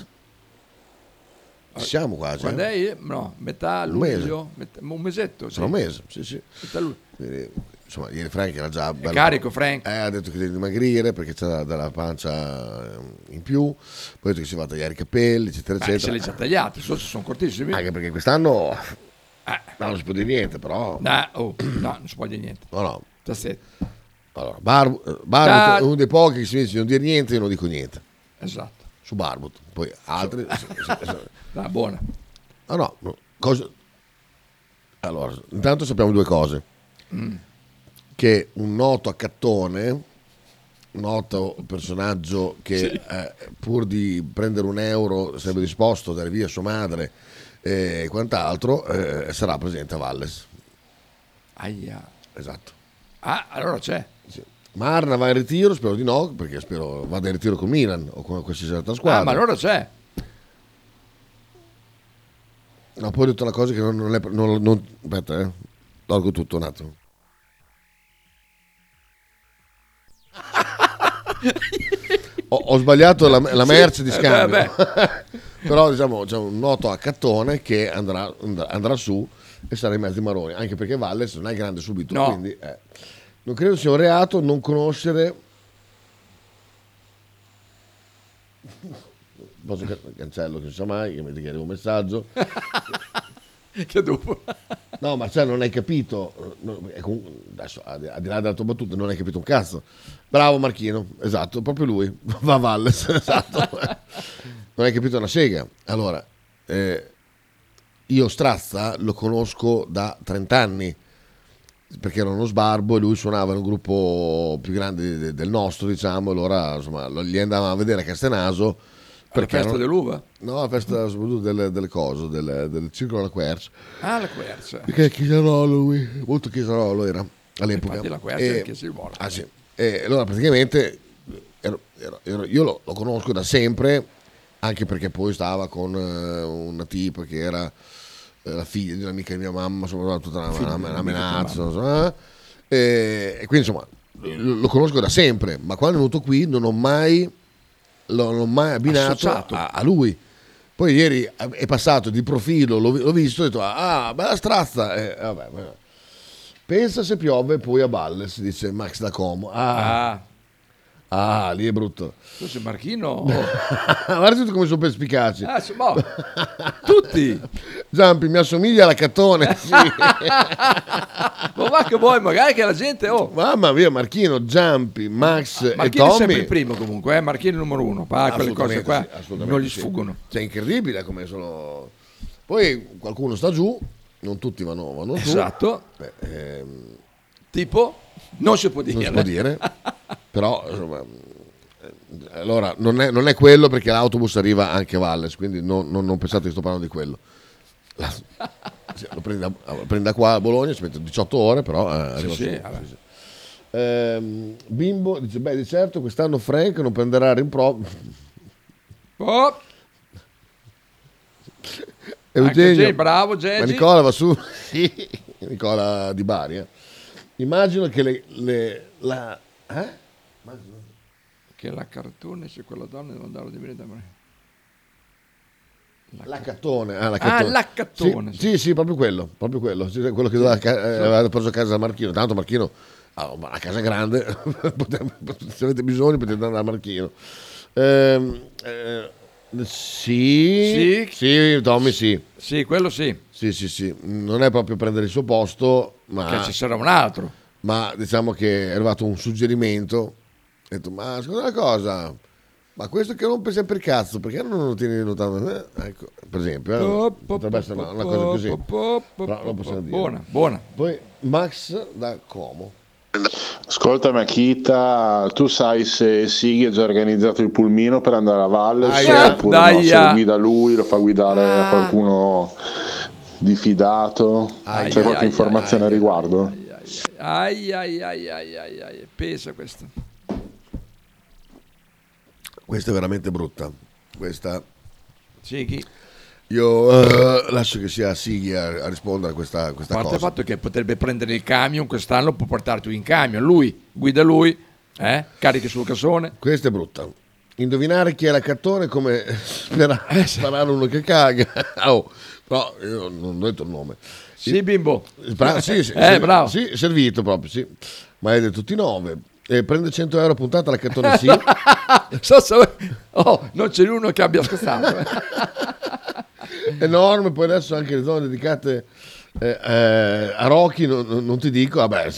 Ci siamo quasi. Quando è? No, metà luglio, un mesetto. Sono un mese, sì. Metà luglio. Quindi, insomma, ieri Frank era già bello. Carico Frank. Ha detto che deve dimagrire perché c'era della pancia in più, poi ha detto che si va a tagliare i capelli, eccetera. Se li ha già tagliati, sono cortissimi. Anche perché quest'anno non si può dire niente, però. No, non si può dire niente. No. Allora, Barbut è uno dei pochi che si dice di non dire niente, io non dico niente. Esatto. Su Barbut, poi altri. Buona. No. Allora, intanto sappiamo due cose. Che un noto accattone, un noto personaggio che pur di prendere €1 sarebbe disposto a dare via sua madre e quant'altro, sarà presente a Valles. Aia. Esatto. Allora c'è. Sì. Marna va in ritiro, spero di no, perché spero vada in ritiro con Milan o con qualsiasi altra squadra. Ma allora c'è. No, poi ho detto una cosa che non è... aspetta, tolgo tutto un attimo. Ho sbagliato la merce di scambio. Però diciamo c'è un noto accattone che andrà su e sarà in mezzo ai maroni, anche perché Valles non è grande subito, no. Quindi non credo sia un reato non conoscere. Cancello che non sa mai, che mi arriva un messaggio che dopo no, ma non hai capito, adesso al di là della tua battuta non hai capito un cazzo. Bravo Marchino, esatto, proprio lui, va a Valles, esatto. Non hai capito una sega. Allora, io Strazza lo conosco da 30 anni, perché era uno sbarbo e lui suonava in un gruppo più grande del nostro, diciamo, allora insomma gli andavamo a vedere a Castenaso. La festa dell'uva? No, la festa soprattutto delle cose, del circolo alla Quercia. Ah, la Quercia. Perché è chiesarolo lui, molto chiesarolo era all'epoca. Infatti la Quercia è che si vuole. Ah sì. E allora praticamente io lo conosco da sempre, anche perché poi stava con una tipa che era la figlia di un'amica di mia mamma, insomma, tutta una menazza, insomma, e quindi insomma lo conosco da sempre, ma quando è venuto qui non ho mai abbinato a lui. Poi ieri è passato di profilo, l'ho visto e ho detto bella Strazza, vabbè. Pensa se piove poi a Valles, dice Max da Como. Lì è brutto. Tu sei Marchino? Guarda tutti come sono perspicaci. Tutti. Giampi mi assomiglia alla Cattone. Sì. Ma va che vuoi, magari che la gente... Mamma mia, Marchino, Giampi, Max e Marchino è Tommy. sempre il primo comunque, Marchino numero uno. Quelle cose qua non gli sfuggono. Cioè, incredibile come sono... Poi qualcuno sta giù, non tutti vanno giù. Esatto. Tipo? Non si può dire. Non si può dire. Però, insomma, allora, non è quello, perché l'autobus arriva anche a Valles, quindi non pensate che sto parlando di quello. Lo prendi da qua a Bologna, ci mette 18 ore, però arriva su. Bimbo dice, di certo quest'anno Frank non prenderà rimprovero. Eugenio, bravo Gigi. Ma Nicola va su. Sì, Nicola di Bari. Immagino che che la cartone, se quella donna non andava di venire da me. La Cattone. La Cattone. Sì, proprio quello. Sì, quello che aveva preso a casa da Marchino. Tanto Marchino ha una casa grande, se avete bisogno potete andare da Marchino. Sì, Tommy sì. Sì, quello sì. Sì. Non è proprio prendere il suo posto, ma che ci sarà un altro. Ma diciamo che è arrivato un suggerimento. Ho detto, ma scusa una cosa, ma questo che rompe sempre il cazzo, perché non lo tieni lontano? Ecco, per esempio, potrebbe essere una cosa così. Però lo possiamo dire. Buona. Poi Max da Como. Ascolta Machita, tu sai se Sighi ha già organizzato il pulmino per andare a Valles oppure no, se lo guida lui, lo fa guidare a qualcuno di fidato? C'è qualche informazione a riguardo? Pesa questo. Questa è veramente brutta. Questa Sighi. Io lascio che sia Sighi a rispondere a questa cosa. A parte il fatto che potrebbe prendere il camion, quest'anno può portarti in camion, guida lui, carichi sul cassone. Questa è brutta. Indovinare chi è la Cattone come sparare uno che caga. Però io non ho detto il nome. Sì, bimbo. Sì, bravo. Sì, servito proprio, sì. Ma hai detto tutti 9. Prende 100 euro a puntata la Cattone sì. Non c'è uno che abbia scherzato. Enorme, poi adesso anche le zone dedicate a Rocky, non ti dico, vabbè,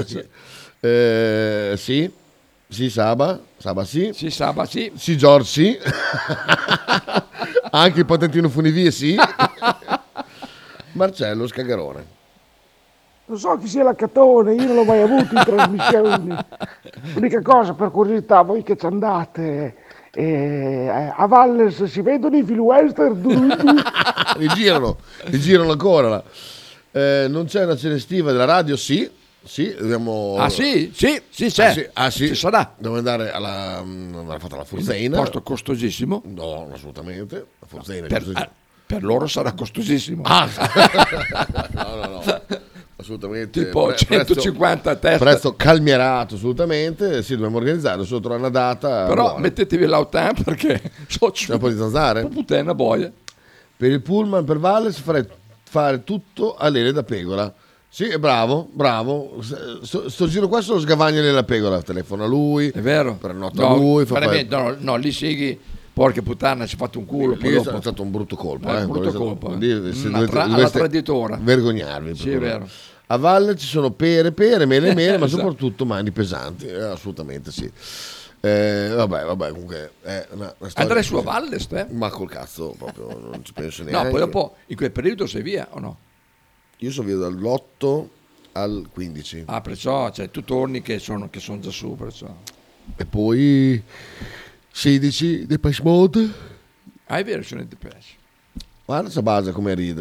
sì, Saba sì. Sì, Saba sì. Sì, George sì. Anche il patentino funivie sì. Marcello Scagarone. Non so chi sia la Cattone, io non l'ho mai avuto in trasmissione. L'unica cosa, per curiosità, voi che ci andate a Valles si vedono i film western? li girano ancora là. Non c'è una cena estiva della radio? Sì, dobbiamo... Sì, c'è. Sì. Ci sarà. Devo andare alla Forzaina. Posto costosissimo? No, assolutamente. La Forzaina per loro sarà costosissimo. No. Assolutamente. Tipo 150 a testa. Prezzo calmierato, assolutamente. Sì, dobbiamo organizzare, solo trovare una data. Però buona. mettetevi l'autan perché c'è un po' di zanzare. Puttana boia. Per il pullman per Valles farei fare tutto a lele da pecora. Sì, bravo. Sto giro qua solo sgavagna lele da pecora. Telefona a lui. È vero. Prenota a lui. No, lì Sighi. Porca puttana, ci ha fatto un culo. Lì è stato un brutto colpo. Brutto colpo. Alla traditora. Vergognarvi. Sì, è vero. A valle ci sono pere, mele, ma soprattutto mani pesanti, assolutamente sì. Vabbè, comunque è una storia. Andrai su a Valles, te? Ma col cazzo, proprio non ci penso neanche. No, poi dopo in quel periodo sei via o no? Io sono via dall'8 al 15. Ah, perciò cioè, tu torni che sono già su, perciò. E poi 16 Depeche Mode. Ah, è vero, sono in Depeche. Guarda sta base come ride.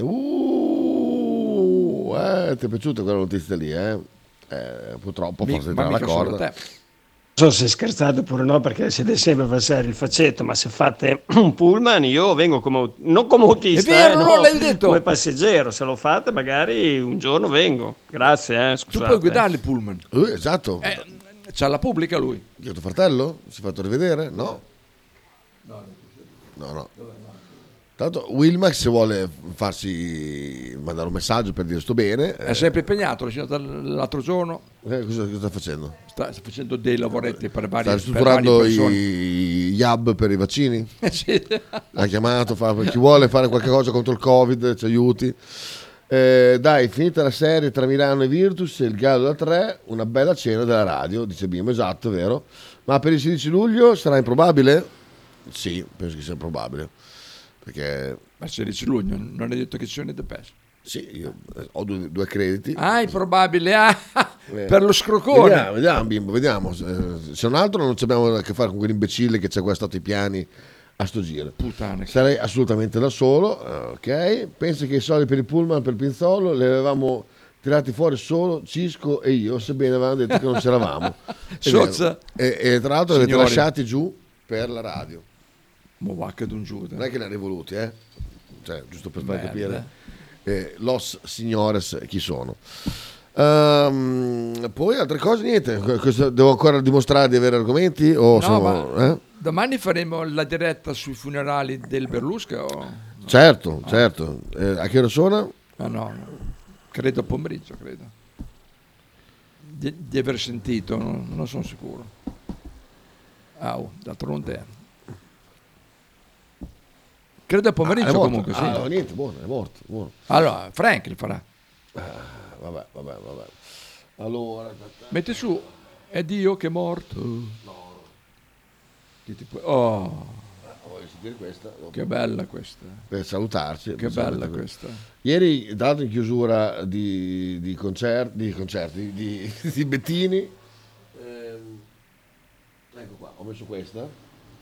Ti è piaciuta quella notizia lì, purtroppo forse tra la corda. Non so se scherzate oppure no, perché siete sempre per essere il faccetto, ma se fate un pullman io vengo non come autista, è vero, no, l'hai detto, come passeggero. Se lo fate magari un giorno vengo. Grazie, scusate. Tu puoi guidare il pullman. Esatto. C'ha la pubblica lui. Io tuo fratello? Si è fatto rivedere? No. Tanto Wilmax, se vuole farsi mandare un messaggio per dire sto bene, è sempre impegnato, l'altro giorno. Cosa sta facendo? Sta facendo dei lavoretti per vari Sta strutturando per varie gli hub per i vaccini? Sì. Ha chiamato, chi vuole fare qualche cosa contro il Covid ci aiuti. Dai, finita la serie tra Milano e Virtus e il Gallo da 3, una bella cena della radio, dice Bimbo, esatto, è vero. Ma per il 16 luglio sarà improbabile? Sì, penso che sia improbabile. Perché ma 16 luglio non è detto che ci sono i Depeche. Sì, io ho due crediti. Ah, improbabile, per lo scrocone. Vediamo Bimbo, vediamo. Se non altro non abbiamo a che fare con quell'imbecille che ci ha guastato i piani a sto giro. Puttane. Sarei assolutamente da solo, ok? Penso che i soldi per il pullman, per il Pinzolo, li avevamo tirati fuori solo Cisco e io, sebbene avevamo detto che non c'eravamo. E tra l'altro li avete lasciati giù per la radio. Non è che li ha rivoluti, cioè, giusto per far capire los signores chi sono. Poi altre cose, niente. Devo ancora dimostrare di avere argomenti? Domani faremo la diretta sui funerali del Berlusca? O? Certo. A che ora sono? No, credo pomeriggio, credo. Di aver sentito, non sono sicuro. D'altronde credo a pomeriggio comunque, sì. Niente, buono, è morto. Allora, Frank li farà. Vabbè. Allora, metti su, è Dio che è morto. No. Voglio sentire questa. Che bella questa. Per salutarci. Che bella questa. Ieri, dato in chiusura di concerti, di Bettini, ecco qua, ho messo questa.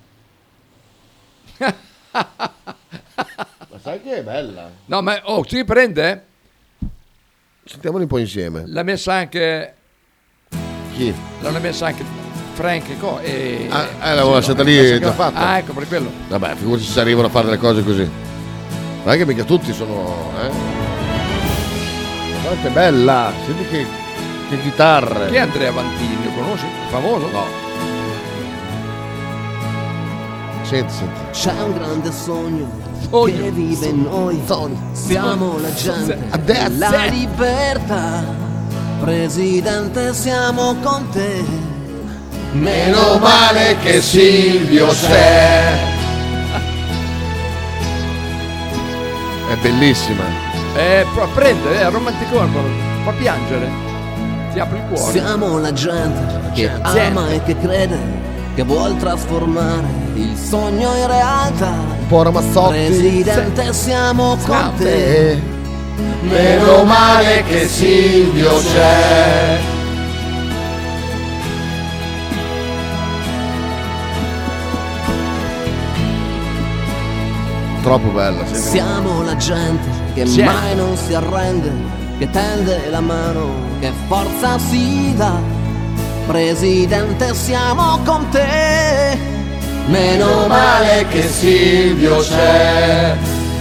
Ma sai che è bella? No, ma ci riprende? Sentiamoli un po' insieme. L'ha messa anche chi? L'hanno messa anche Frank e l'avevo lasciata lì già fatta. Ah, ecco, per quello. Vabbè, figurati se arrivano a fare delle cose così. Ma che mica tutti sono guarda che bella, senti che chitarre. Chi è Andrea Vantini? Lo conosci? Famoso? No. Senti. C'è un grande sogno che vive in noi. Siamo la gente, la libertà. Presidente, siamo con te. Meno male che Silvio c'è. È bellissima. Prende, è romanticone, fa piangere. Ti apre il cuore. Siamo la gente che ama e che crede, che vuol trasformare il sogno in realtà. Un po' Ramazzotti. Presidente, siamo con te. Meno male che Silvio c'è. Troppo bella. Siamo la gente che mai non si arrende, che tende la mano, che forza si dà. Presidente, siamo con te. Meno male che Silvio c'è.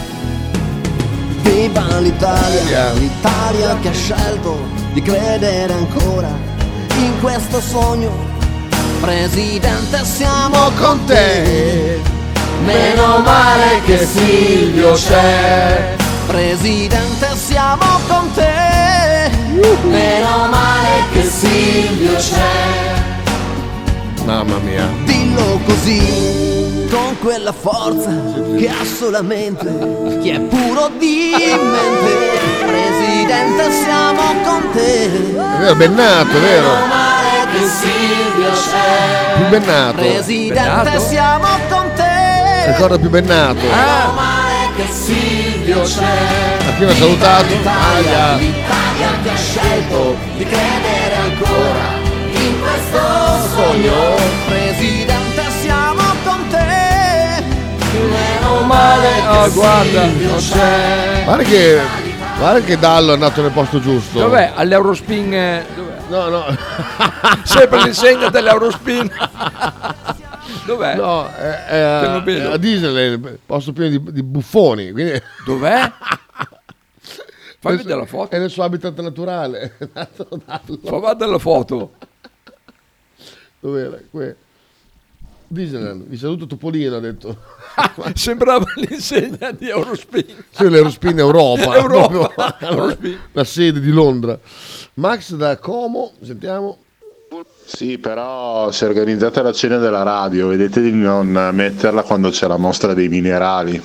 Viva l'Italia, l'Italia che ha scelto di credere ancora in questo sogno. Presidente, siamo con te. Meno male che Silvio c'è. Presidente, siamo con te. Meno male che Silvio c'è. Mamma mia. Dillo così, con quella forza che ha solamente chi è puro di mente. Presidente, Presidente, siamo con te. È vero, Bennato, è vero. Meno male che Silvio c'è. Più Bennato. Presidente, siamo con te. Ricorda più Bennato. Meno male che Silvio c'è. Appena salutato. L'Italia ti ha scelto di credere ancora in questo sogno. Presidente, siamo con te. Meno male che guarda, Silvio c'è. Guarda che Dallo è andato nel posto giusto. Dov'è? All'Eurospin? Dov'è? No. Sempre l'insegna dell'Eurospin. Dov'è? No, è a Disneyland, posto pieno di buffoni. Quindi... Dov'è? Fai vedere la foto. È nel suo habitat naturale. Fa vedere la foto. Dov'era? Qui. Disneyland, vi saluto Topolino, ha detto. Sembrava l'insegna di Eurospin. Sì, l'Eurospin Europa. Europa. Proprio la sede di Londra. Max da Como, sentiamo. Sì, però se organizzate la cena della radio, vedete di non metterla quando c'è la mostra dei minerali.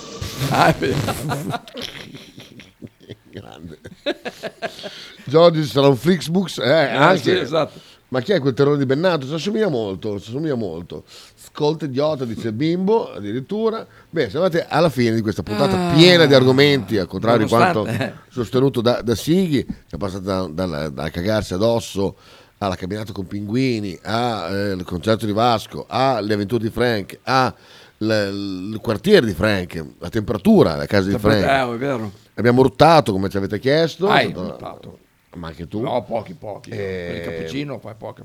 Grande. Giorgio sarà un Flixbus, anche. Sì, esatto. Ma chi è quel terrore di Bennato? Si assomiglia molto. Ascolta idiota, dice Bimbo, addirittura. Beh, siamo arrivati alla fine di questa puntata piena di argomenti, al contrario di quanto sostenuto da Sighi, che è passata da cagarsi addosso alla camminata con pinguini, al concerto di Vasco, alle avventure di Frank, al quartiere di Frank, la temperatura alla casa di Frank. È vero. Abbiamo urtato come ci avete chiesto. Urtato. Ma anche tu? No, pochi. Per il cappuccino fai pochi.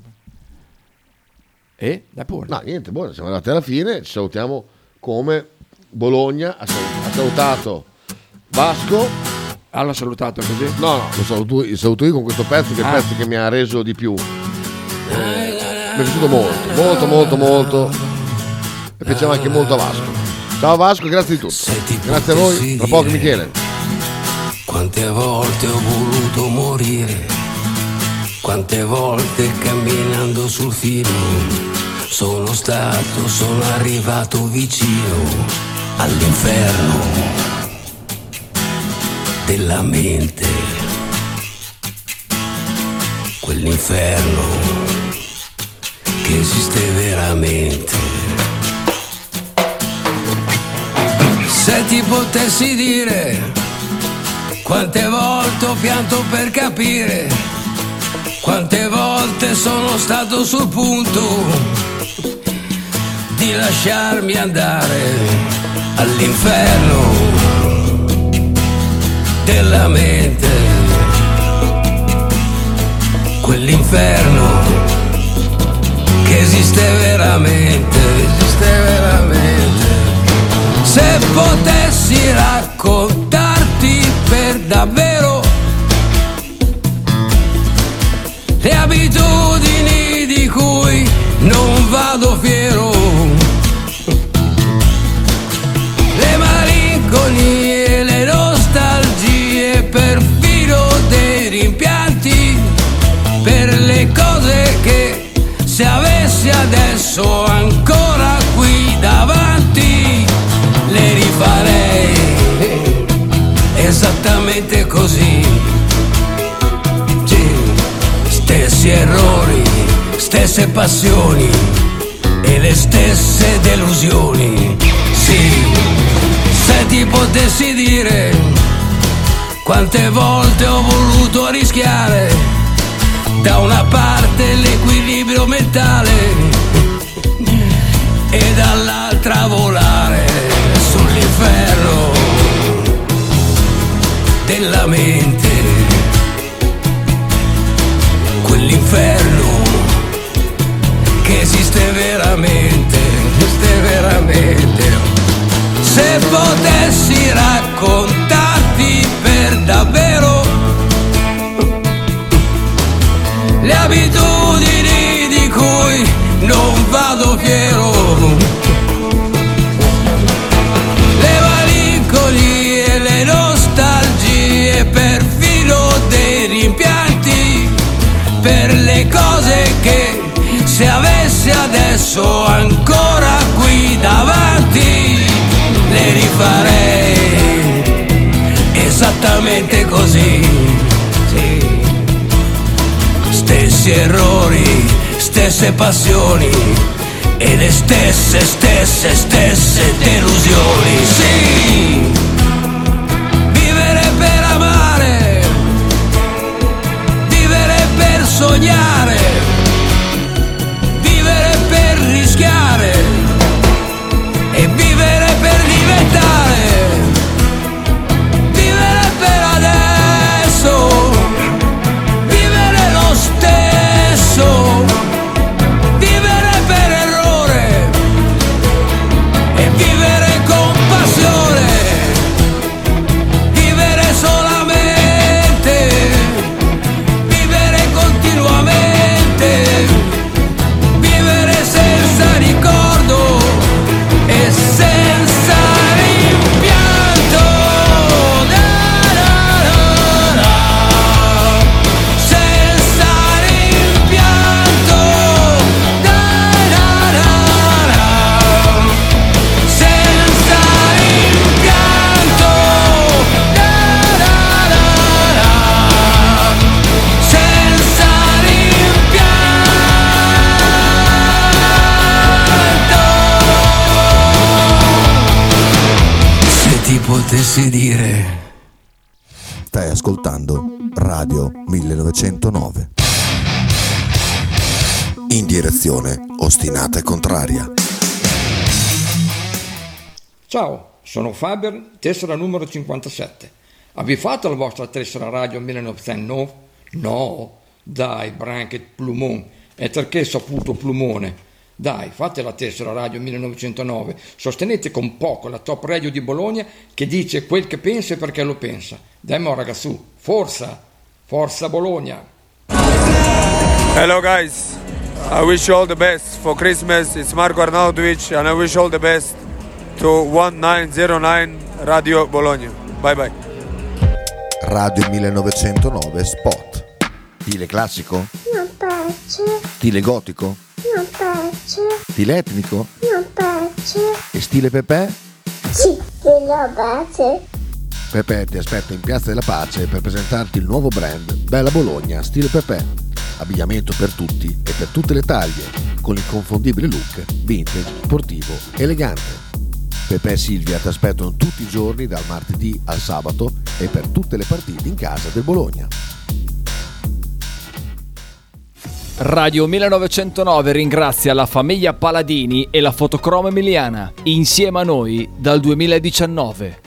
Dai pure. No, niente, buono, siamo arrivati alla fine. Ci salutiamo come Bologna ha salutato Vasco. L'ha salutato così? No, lo saluto io con questo pezzo, che è il pezzo che mi ha reso di più. Mi è piaciuto molto. E piaceva anche molto a Vasco. Ciao Vasco, grazie di tutto. Grazie a voi, tra poco Michele. Quante volte ho voluto morire, quante volte camminando sul filo sono arrivato vicino all'inferno della mente, quell'inferno che esiste veramente. Se ti potessi dire quante volte ho pianto per capire, quante volte sono stato sul punto di lasciarmi andare all'inferno della mente, quell'inferno che esiste veramente. Se potessi raccontarti per davvero le abitudini di cui non vado fiero, le malinconie, le nostalgie, perfino dei rimpianti per le cose che se avessi adesso ancora qui davanti le rifarei esattamente così. Stessi errori, stesse passioni e le stesse delusioni. Sì, se ti potessi dire quante volte ho voluto rischiare da una parte l'equilibrio mentale e dall'altra volare sull'inferno della mente, quell'inferno che esiste veramente. Se potessi raccontarti per davvero le abitudini di cui non vado fiero, le malinconie, le nostalgie, perfino dei rimpianti per le cose che se avessi adesso ancora qui davanti le rifarei esattamente così. stessi errori, stesse passioni e le stesse delusioni. Sì, vivere per amare, vivere per sognare, vivere per rischiare e vivere per diventare, vivere per adesso, vivere lo stesso, vivere per errore e vivere con passione, vivere solamente, vivere continuamente, vivere senza ricordo e senza rimpianto. Senza rimpianto. Senza rimpianto. Senza rimpianto. Se ti potessi dire. Stai ascoltando Radio 1909. In direzione ostinata e contraria. Ciao, sono Faber, tessera numero 57. Avete fatto la vostra tessera radio 1909? No, dai, Branket Plumon, e perché saputo Plumone? Dai, fate la tessera radio 1909, sostenete con poco la top radio di Bologna che dice quel che pensa e perché lo pensa. Dai mo ragazzu, forza, forza Bologna. Hello guys, I wish you all the best for Christmas. It's Marco Arnautovic and I wish all the best to 1909 Radio Bologna. Bye bye. Radio 1909 Spot. Stile classico? Non piace. Stile gotico? Non piace. Stile etnico? Non piace. E stile Pepe? Sì, lo piace. Pepe ti aspetta in Piazza della Pace per presentarti il nuovo brand Bella Bologna Stile Pepe. Abbigliamento per tutti e per tutte le taglie, con l'inconfondibile look vintage, sportivo, elegante. Pepe e Silvia ti aspettano tutti i giorni dal martedì al sabato e per tutte le partite in casa del Bologna. Radio 1909 ringrazia la famiglia Paladini e la Fotocromo Emiliana, insieme a noi dal 2019.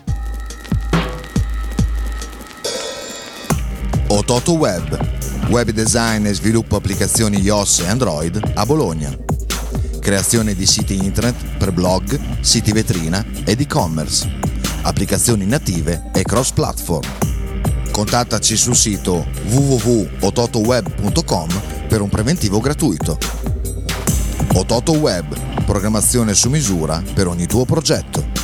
Ototo Web design e sviluppo applicazioni iOS e Android a Bologna. Creazione di siti internet per blog, siti vetrina ed e-commerce, applicazioni native e cross-platform. Contattaci sul sito www.ototoweb.com per un preventivo gratuito. Ototo Web, programmazione su misura per ogni tuo progetto.